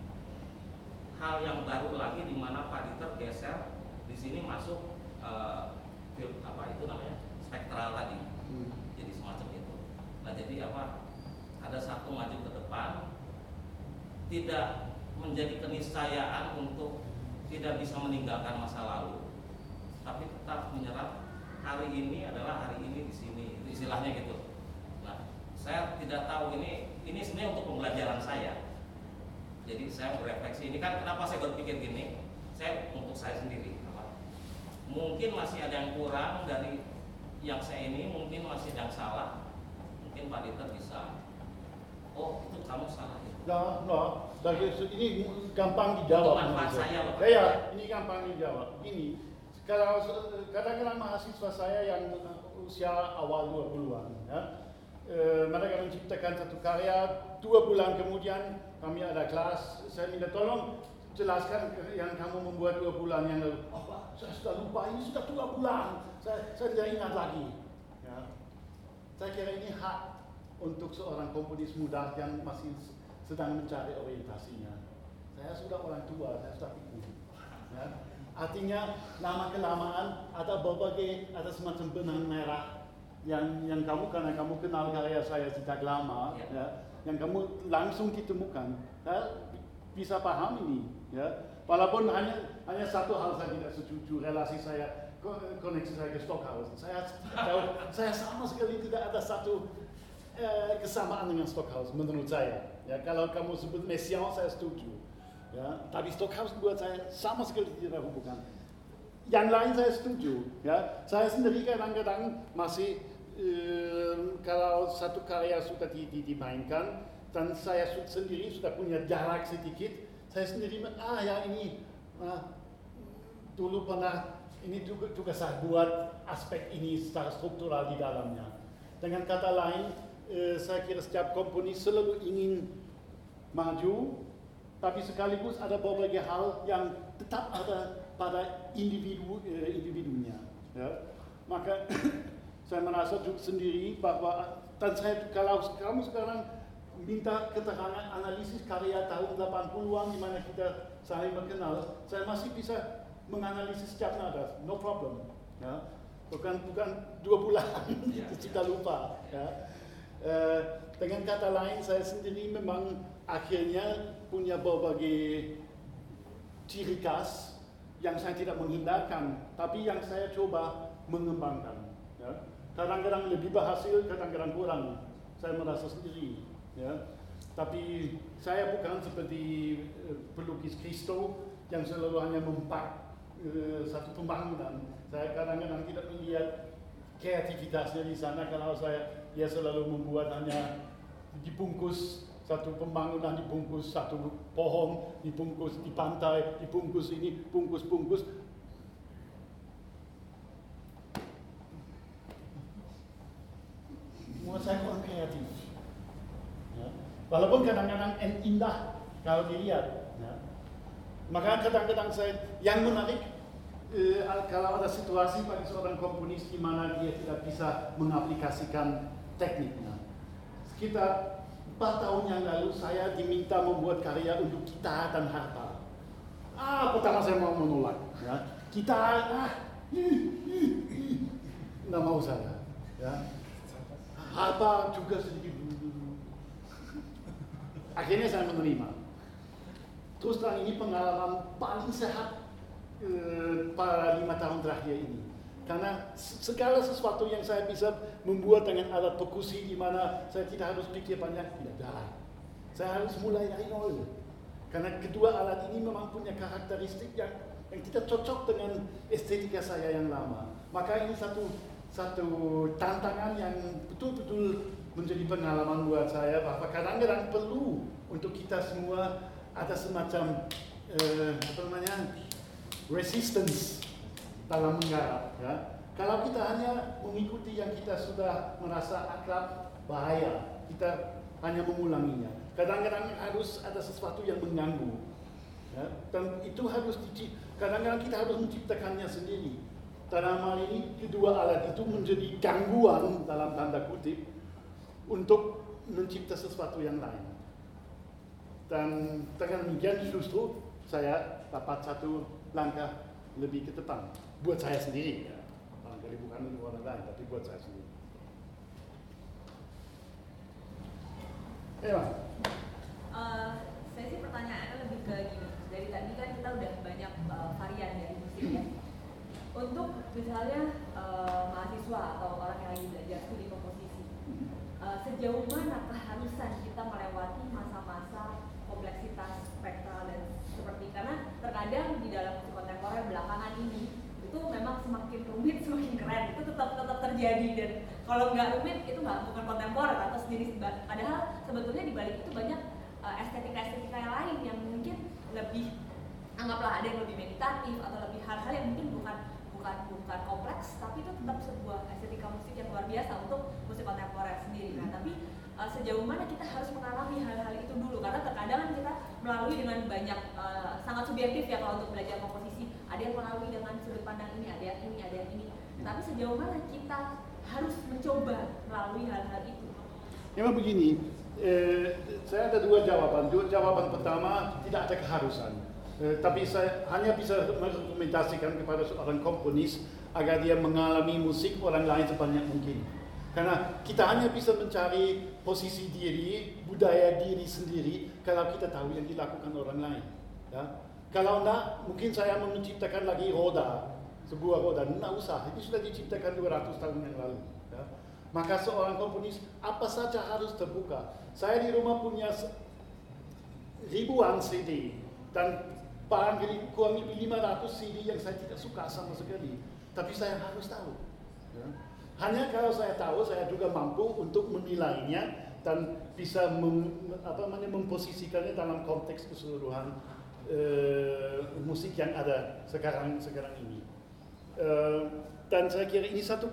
hal yang baru lagi di mana Pak Dieter geser di sini masuk itu namanya spektral tadi, jadi semacam itu. Nah jadi ada satu maju ke depan, tidak menjadi keniscayaan untuk tidak bisa meninggalkan masa lalu, tapi tetap menyerap hari ini adalah hari ini di sini, itu istilahnya gitu. Nah saya tidak tahu ini sebenarnya untuk pembelajaran saya. Jadi saya berefleksi, ini kan kenapa saya berpikir gini, saya untuk saya sendiri, mungkin masih ada yang kurang dari yang saya ini, mungkin masih ada yang salah, mungkin Pak Dieter bisa, oh itu kamu salah ya.
Ini gampang dijawab. Ini gampang dijawab. Ini kalau kadang-kadang mahasiswa saya yang usia awal 20-an, ya, mereka menciptakan satu karya, 2 bulan kemudian kami ada kelas, saya minta tolong jelaskan yang kamu membuat 2 bulan yang lalu. Oh Pak, saya sudah lupa, ini sudah 2 bulan, saya tidak ingat lagi. Ya. Saya kira ini hak untuk seorang komponis muda yang masih sedang mencari orientasinya. Saya sudah orang tua, saya sudah pikir. Ya. Artinya lama kelamaan ada semacam benang merah yang kamu, karena kamu kenal karya saya sejak lama, ya, yang kamu langsung ditemukan. Saya bisa paham ini, ya. Walaupun hanya satu hal saya tidak setuju, relasi saya, koneksi saya ke Stockhausen. Saya sama sekali tidak ada satu kesamaan dengan Stockhausen menurut saya. Ya, kalau kamu sebut Messiaen saya setuju. Ya, tapi Stockhausen buat saya sama sekali tidak hubungan. Yang lain saya setuju. Ya, saya sendiri kadang-kadang masih kalau satu karya sudah dimainkan dan saya sendiri sudah punya jarak sedikit, saya sendiri yang ini dulu pernah ini juga saya buat aspek ini secara struktural di dalamnya. Dengan kata lain, saya kira setiap komponis selalu ingin maju, tapi sekaligus ada berbagai hal yang tetap ada pada individunya. Ya. Maka saya merasa sendiri bahwa, dan saya kalau kamu sekarang minta keterangan analisis karya tahun 80-an di mana kita saling mengenal, saya masih bisa menganalisis setiap nada, no problem. Ya. Bukan 2 bulan, kita lupa. Ya. Dengan kata lain, saya sendiri memang akhirnya punya berbagai ciri khas yang saya tidak menghindarkan, tapi yang saya coba mengembangkan. Ya. Kadang-kadang lebih berhasil, kadang-kadang kurang. Saya merasa sendiri. Ya. Tapi saya bukan seperti pelukis Kristo yang selalu hanya mempak satu pembangunan. Saya kadang-kadang tidak melihat kreativitasnya di sana. Kalau dia selalu membuat hanya dibungkus satu pembangunan, dibungkus satu pohon, dibungkus di pantai, dibungkus ini, bungkus-bungkus. Menurut saya kurang kreatif. Ya. Walaupun kadang-kadang indah kalau dilihat. Ya. Maka kadang-kadang yang menarik kalau ada situasi bagi seorang komponis di mana dia tidak bisa mengaplikasikan tekniknya. Sekitar 4 tahun yang lalu saya diminta membuat karya untuk gitar dan harpa. Pertama saya mau menolak, ya. Gitar, nggak mau saya, ya. Harpa juga sedikit. Akhirnya saya menerima. Terus terang ini pengalaman paling sehat pada 5 tahun terakhir ini. Karena segala sesuatu yang saya bisa membuat dengan alat perkusi di mana saya tidak harus pikir banyak, tidak jalan. Saya harus mulai dari nol. Karena kedua alat ini memang punya karakteristik yang tidak cocok dengan estetika saya yang lama. Maka ini satu tantangan yang betul-betul menjadi pengalaman buat saya bahwa kadang-kadang perlu untuk kita semua ada semacam resistance dalam menggarap, ya. Kalau kita hanya mengikuti yang kita sudah merasa akrab, bahaya. Kita hanya mengulanginya. Kadang-kadang harus ada sesuatu yang mengganggu, ya. Dan itu harus kadang-kadang kita harus menciptakannya sendiri. Dalam hal ini kedua alat itu menjadi gangguan dalam tanda kutip untuk mencipta sesuatu yang lain. Dan dengan demikian justru saya dapat satu langkah lebih ke depan. Buat saya sendiri, ya. Barangkali bukan untuk orang lain, tapi buat saya sendiri.
Saya sih pertanyaannya lebih ke gini. Dari tadi kan kita udah banyak varian dari musik, ya. Untuk misalnya mahasiswa atau orang yang lagi belajar studi komposisi, sejauh mana keharusan kita melewati masa-masa kompleksitas spektral dan seperti, karena terkadang di dalam musik kontemporer belakangan ini itu memang semakin rumit semakin keren, itu tetap terjadi, dan kalau nggak rumit itu bukan kontemporer atau sendiri, padahal sebetulnya di balik itu banyak estetika yang lain yang mungkin lebih, anggaplah ada yang lebih meditatif atau lebih hal-hal yang mungkin bukan kompleks, tapi itu tetap sebuah estetika musik yang luar biasa untuk musik kontemporer sendiri. Nah, tapi sejauh mana kita harus mengalami hal-hal itu dulu, karena terkadang kan kita melalui dengan banyak sangat subjektif ya kalau untuk belajar komposisi, ada yang melalui dengan sudut pandang ini, ada yang ini, tapi sejauh mana kita harus mencoba melalui hal-hal itu.
Memang begini, saya ada dua jawaban. Jawaban pertama, tidak ada keharusan. Tapi saya hanya bisa merekomendasikan kepada seorang komponis agar dia mengalami musik orang lain sebanyak mungkin. Karena kita hanya bisa mencari posisi diri, budaya diri sendiri kalau kita tahu yang dilakukan orang lain. Ya. Kalau enggak, mungkin saya menciptakan lagi roda, sebuah roda. Enggak usah, ini sudah diciptakan 200 tahun yang lalu. Ya. Maka seorang komponis apa saja harus terbuka. Saya di rumah punya ribuan CD dan barangkali kurang lebih 500 CD yang saya tidak suka sama sekali, tapi saya harus tahu. Ya. Hanya kalau saya tahu, saya juga mampu untuk menilainya dan bisa memposisikannya dalam konteks keseluruhan musik yang ada sekarang ini. Dan saya kira ini satu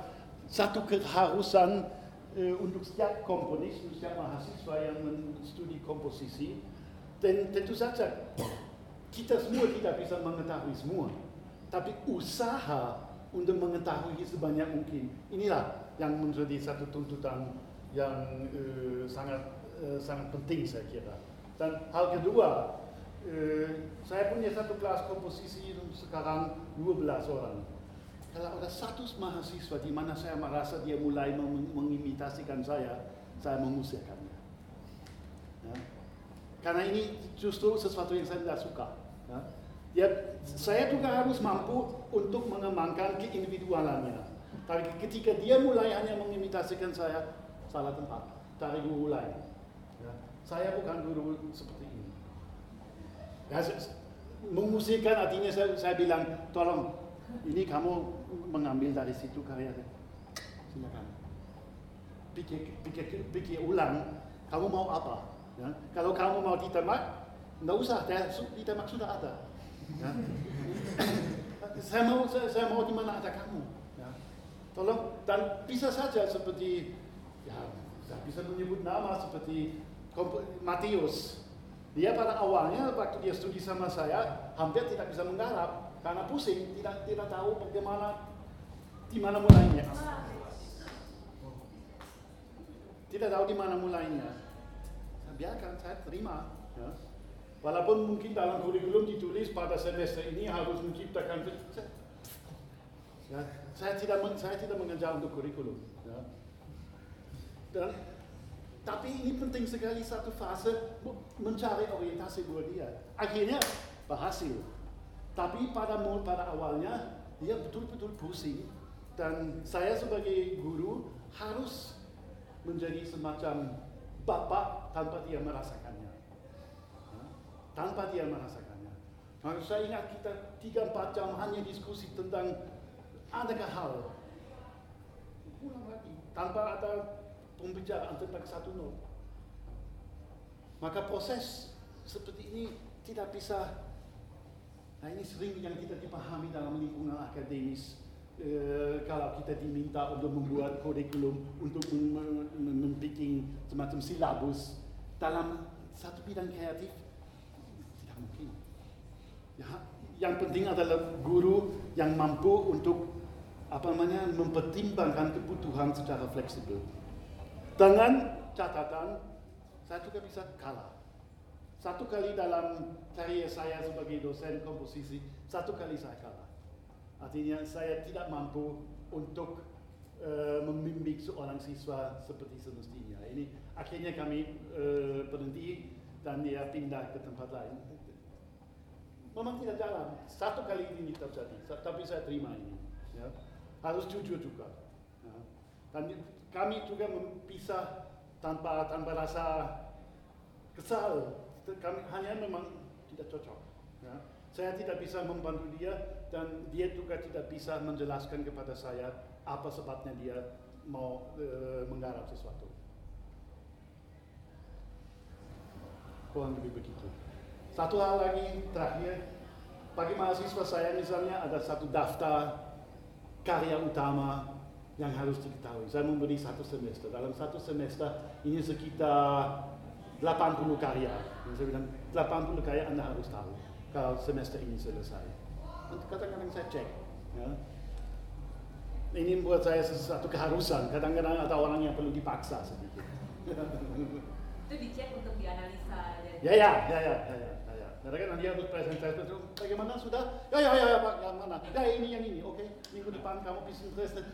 keharusan untuk setiap komponis, untuk setiap mahasiswa yang menstudi komposisi. Dan tentu saja kita semua tidak bisa mengetahui semua, tapi usaha untuk mengetahui sebanyak mungkin. Inilah yang menjadi satu tuntutan yang sangat penting saya kira. Dan hal kedua, saya punya satu kelas komposisi sekarang 12 orang. Kalau ada satu mahasiswa di mana saya merasa dia mulai mengimitasikan saya mengusirkannya. Ya. Karena ini justru sesuatu yang saya tidak suka. Ya, saya juga harus mampu untuk mengembangkan keindividualannya. Tapi ketika dia mulai hanya mengimitasikan saya, salah tempat, cari guru lain. Ya, saya bukan guru seperti ini. Ya, mengusirkan artinya saya bilang, tolong, ini kamu mengambil dari situ karyanya. Silakan. Pikir ulang, kamu mau apa? Ya, kalau kamu mau ditemak, nggak usah, ditemak sudah ada. Ya. saya mau di mana ada kamu. Ya. Tolong, dan bisa saja seperti, ya, saya bisa menyebut nama seperti Matius. Dia pada awalnya waktu dia studi sama saya hampir tidak bisa menggarap karena pusing, tidak tahu bagaimana di mana mulainya. tidak tahu di mana mulainya. Saya biarkan, saya terima. Ya. Walaupun mungkin dalam kurikulum ditulis pada semester ini harus menciptakan, ya, saya tidak mengejar untuk kurikulum. Ya. Tapi ini penting sekali satu fase mencari orientasi buat dia. Akhirnya berhasil. Tapi pada awalnya dia betul-betul pusing dan saya sebagai guru harus menjadi semacam bapak tanpa dia merasakannya. Tanpa dia merasakannya. Maka saya ingat kita 3-4 jam hanya diskusi tentang adakah hal. Ulang lagi. Tanpa ada pembicaraan tentang satu not. Maka proses seperti ini tidak bisa. Nah ini sering yang kita dipahami dalam lingkungan akademis. Kalau kita diminta untuk membuat kurikulum, untuk membuat semacam silabus dalam satu bidang kreatif, tidak mungkin. Ya, yang penting adalah guru yang mampu untuk mempertimbangkan kebutuhan secara fleksibel. Dengan catatan, saya juga bisa kalah. Satu kali dalam karier saya sebagai dosen komposisi, satu kali saya kalah. Artinya saya tidak mampu untuk membimbing seorang siswa seperti semestinya. Ini akhirnya kami berhenti dan dia pindah ke tempat lain. Memang tidak jalan. Satu kali ini terjadi, tapi saya terima ini. Ya. Harus jujur juga. Ya. Dan kami juga bisa tanpa rasa kesal. Kami hanya memang tidak cocok. Ya. Saya tidak bisa membantu dia dan dia juga tidak bisa menjelaskan kepada saya apa sebabnya dia mau menggarap sesuatu. Kurang lebih begitu. Satu hal lagi terakhir, bagi mahasiswa saya misalnya ada satu daftar karya utama yang harus diketahui. Saya memberi satu semester. Dalam satu semester ini sekitar 80 karya. Saya bilang 80 karya Anda harus tahu kalau semester ini selesai. Kadang-kadang saya cek. Ya. Ini buat saya sesuatu keharusan. Kadang-kadang ada orang yang perlu dipaksa sedikit.
Itu dicek untuk dianalisa.
Ya. Kadang-kadang dia harus presentasi itu. Bagaimana sudah? Ya Pak, yang mana? Ya ini yang ini. Oke, minggu depan kamu bisa presentasi.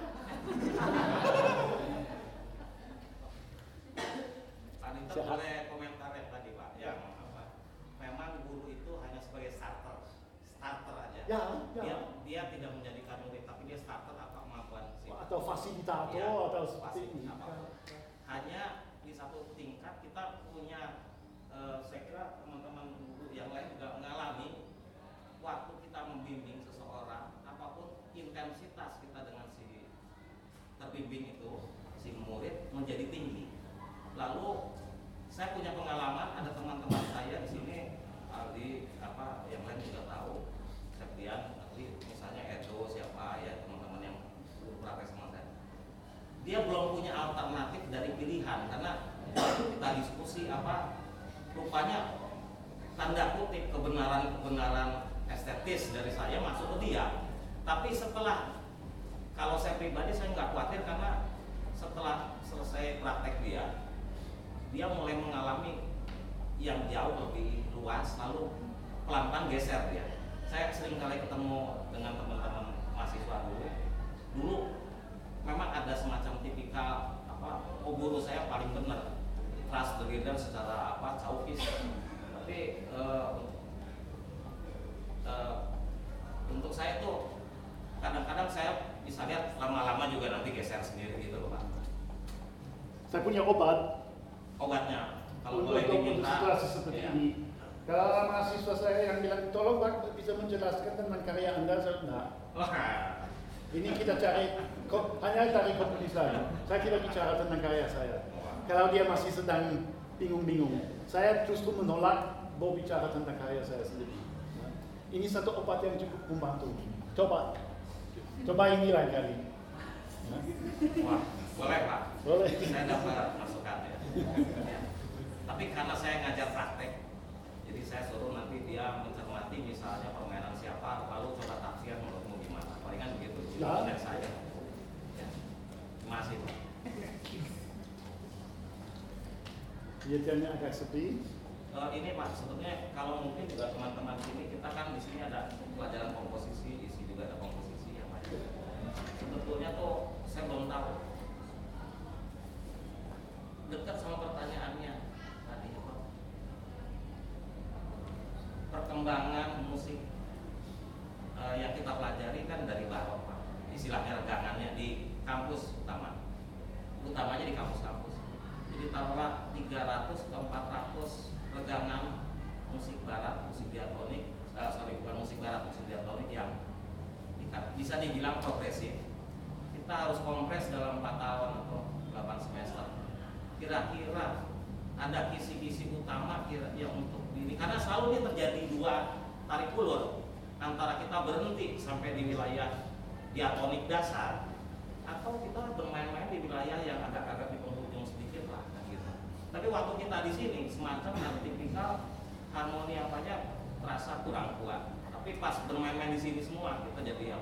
Pak Nito boleh komentar ya tadi Pak, yang apa? Memang guru itu hanya sebagai starter aja.
Ya.
Dia tidak menjadikan murid, tapi dia starter apa kemampuan sih?
Atau fasilitator
Ya,
atau seperti ini.
Hanya di satu tingkat kita punya, saya kira teman-teman guru yang lain juga mengalami waktu kita membimbing seseorang, apapun intensitas kita dengan si terbimbing itu, si murid menjadi tinggi. Lalu saya punya pengalaman, ada teman-teman saya di sini, Aldi, yang lain juga tahu, Septian, misalnya Edo, siapa ya teman-teman yang praktek sama saya. Dia belum punya alternatif dari pilihan karena waktu kita diskusi rupanya tanda kutip kebenaran estetis dari saya masuk ke dia. Tapi setelah, kalau saya pribadi saya nggak khawatir karena setelah selesai praktek dia mulai mengalami yang jauh lebih luas, lalu pelan-pelan geser dia. Saya sering kali ketemu dengan teman-teman mahasiswa dulu memang ada semacam tipikal guru saya paling benar, trust the leader secara caufis. Tapi untuk saya itu kadang-kadang saya bisa lihat lama-lama juga nanti geser sendiri gitu loh Pak.
Saya punya
obatnya kalau
untuk
boleh diminta
situasi seperti ini. Kalau mahasiswa saya yang bilang tolong Pak bisa menjelaskan tentang karya Anda, saya enggak. Ini kita hanya cari kompromis lain. Saya tidak bicara tentang karya saya. Kalau dia masih sedang bingung-bingung, saya justru menolak mau bicara tentang karya saya sendiri. Ini satu obat yang cukup membantu. Coba ini lain kali.
Wah, boleh Pak.
Boleh.
Saya dapat masukan ya. Tapi karena saya ngajar praktek, jadi saya suruh nanti dia mencermati misalnya permainan siapa, lalu coba tafsir menurutmu gimana. Palingan begitu. Dari saya. Ya. Terima kasih Pak.
Biasanya agak sepi.
Ini Pak, sebetulnya kalau mungkin juga teman-teman sini, kita kan di sini ada pelajaran komposisi, di sini juga ada komposisi ya Pak. Sebetulnya tuh saya belum tahu dekat sama pertanyaannya tadi Pak. Perkembangan musik yang kita pelajari kan dari barok Pak. Istilahnya regangannya di kampus utamanya di kampus-kampus. Jadi taruhlah 300 ke 400 regangan musik barat, musik diatonik, bukan musik barat, musik diatonik yang bisa dibilang progresif. Kita harus kompres dalam 4 tahun atau 8 semester. Kira-kira ada kisi-kisi utama yang untuk ini, karena selalu ini terjadi 2 tarik ulur antara kita berhenti sampai di wilayah diatonik dasar atau kita bermain-main di wilayah yang agak-agak di penghujung sedikit lah gitu. Tapi waktu kita di sini semacam yang tipikal harmoni apanya terasa kurang kuat. Tapi pas bermain-main di sini semua kita jadi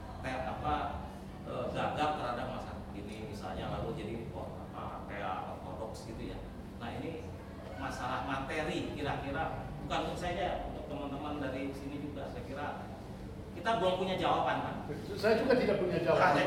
gagap terhadap masa ini misalnya, lalu jadi kayak ortodoks gitu ya. Nah ini masalah materi kira-kira bukan untuk saya, untuk teman-teman dari sini juga saya kira kita belum punya jawaban Pak.
Saya juga tidak punya jawaban.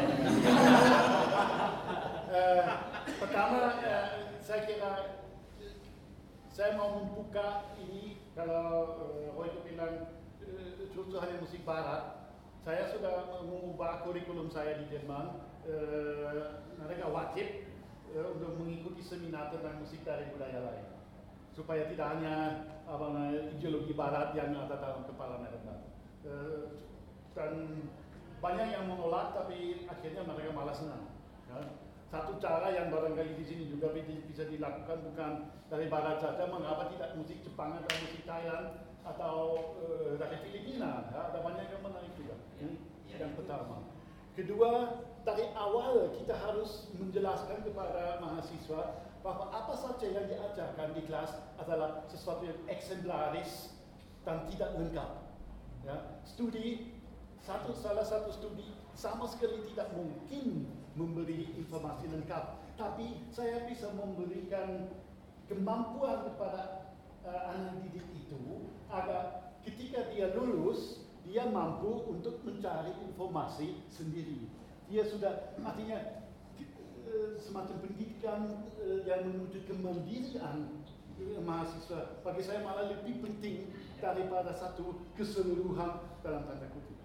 Pertama, saya kira saya mau membuka ini kalau Roy itu bilang justru hanya musik barat. Saya sudah mengubah kurikulum saya di Jerman. Mereka wajib untuk mengikuti seminar tentang musik dari budaya lain, supaya tidak hanya ideologi barat yang ada dalam kepala mereka. Dan banyak yang menolak, tapi akhirnya mereka malah senang. Ya. Satu cara yang barangkali di sini juga bisa dilakukan bukan dari barat saja, mengapa tidak musik Jepang atau musik Thailand atau dari Filipina? Ya. Ada banyak yang menarik juga. Yang pertama. Kedua, dari awal kita harus menjelaskan kepada mahasiswa bahwa apa saja yang diajarkan di kelas adalah sesuatu yang eksemplaris dan tidak lengkap. Ya. Salah satu studi sama sekali tidak mungkin memberi informasi lengkap, tapi saya bisa memberikan kemampuan kepada anak didik itu agar ketika dia lulus, dia mampu untuk mencari informasi sendiri. Dia sudah artinya semacam pendidikan yang menuju kemandirian mahasiswa. Bagi saya malah lebih penting daripada satu keseluruhan dalam tanda kutip.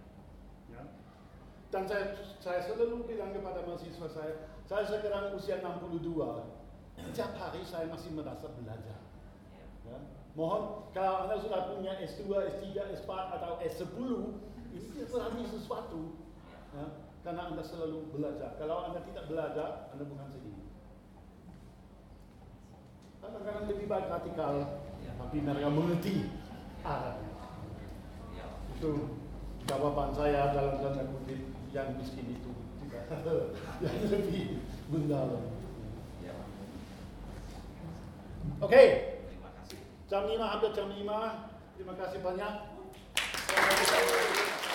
Dan saya selalu bilang kepada mahasiswa saya sekarang usia 62. Setiap hari saya masih merasa belajar. Ya. Mohon kalau Anda sudah punya S2, S3, S4 atau S10, ini berarti sesuatu. Ya. Karena Anda selalu belajar. Kalau Anda tidak belajar, Anda bukan sedih. Kadang-kadang lebih baik radikal, tapi mereka mengerti arahnya. Itu jawaban saya dalam tanda kutip yang miskin itu tidak yang lebih mendalam. Oke. Jam 5, hampir jam 5. Terima kasih banyak.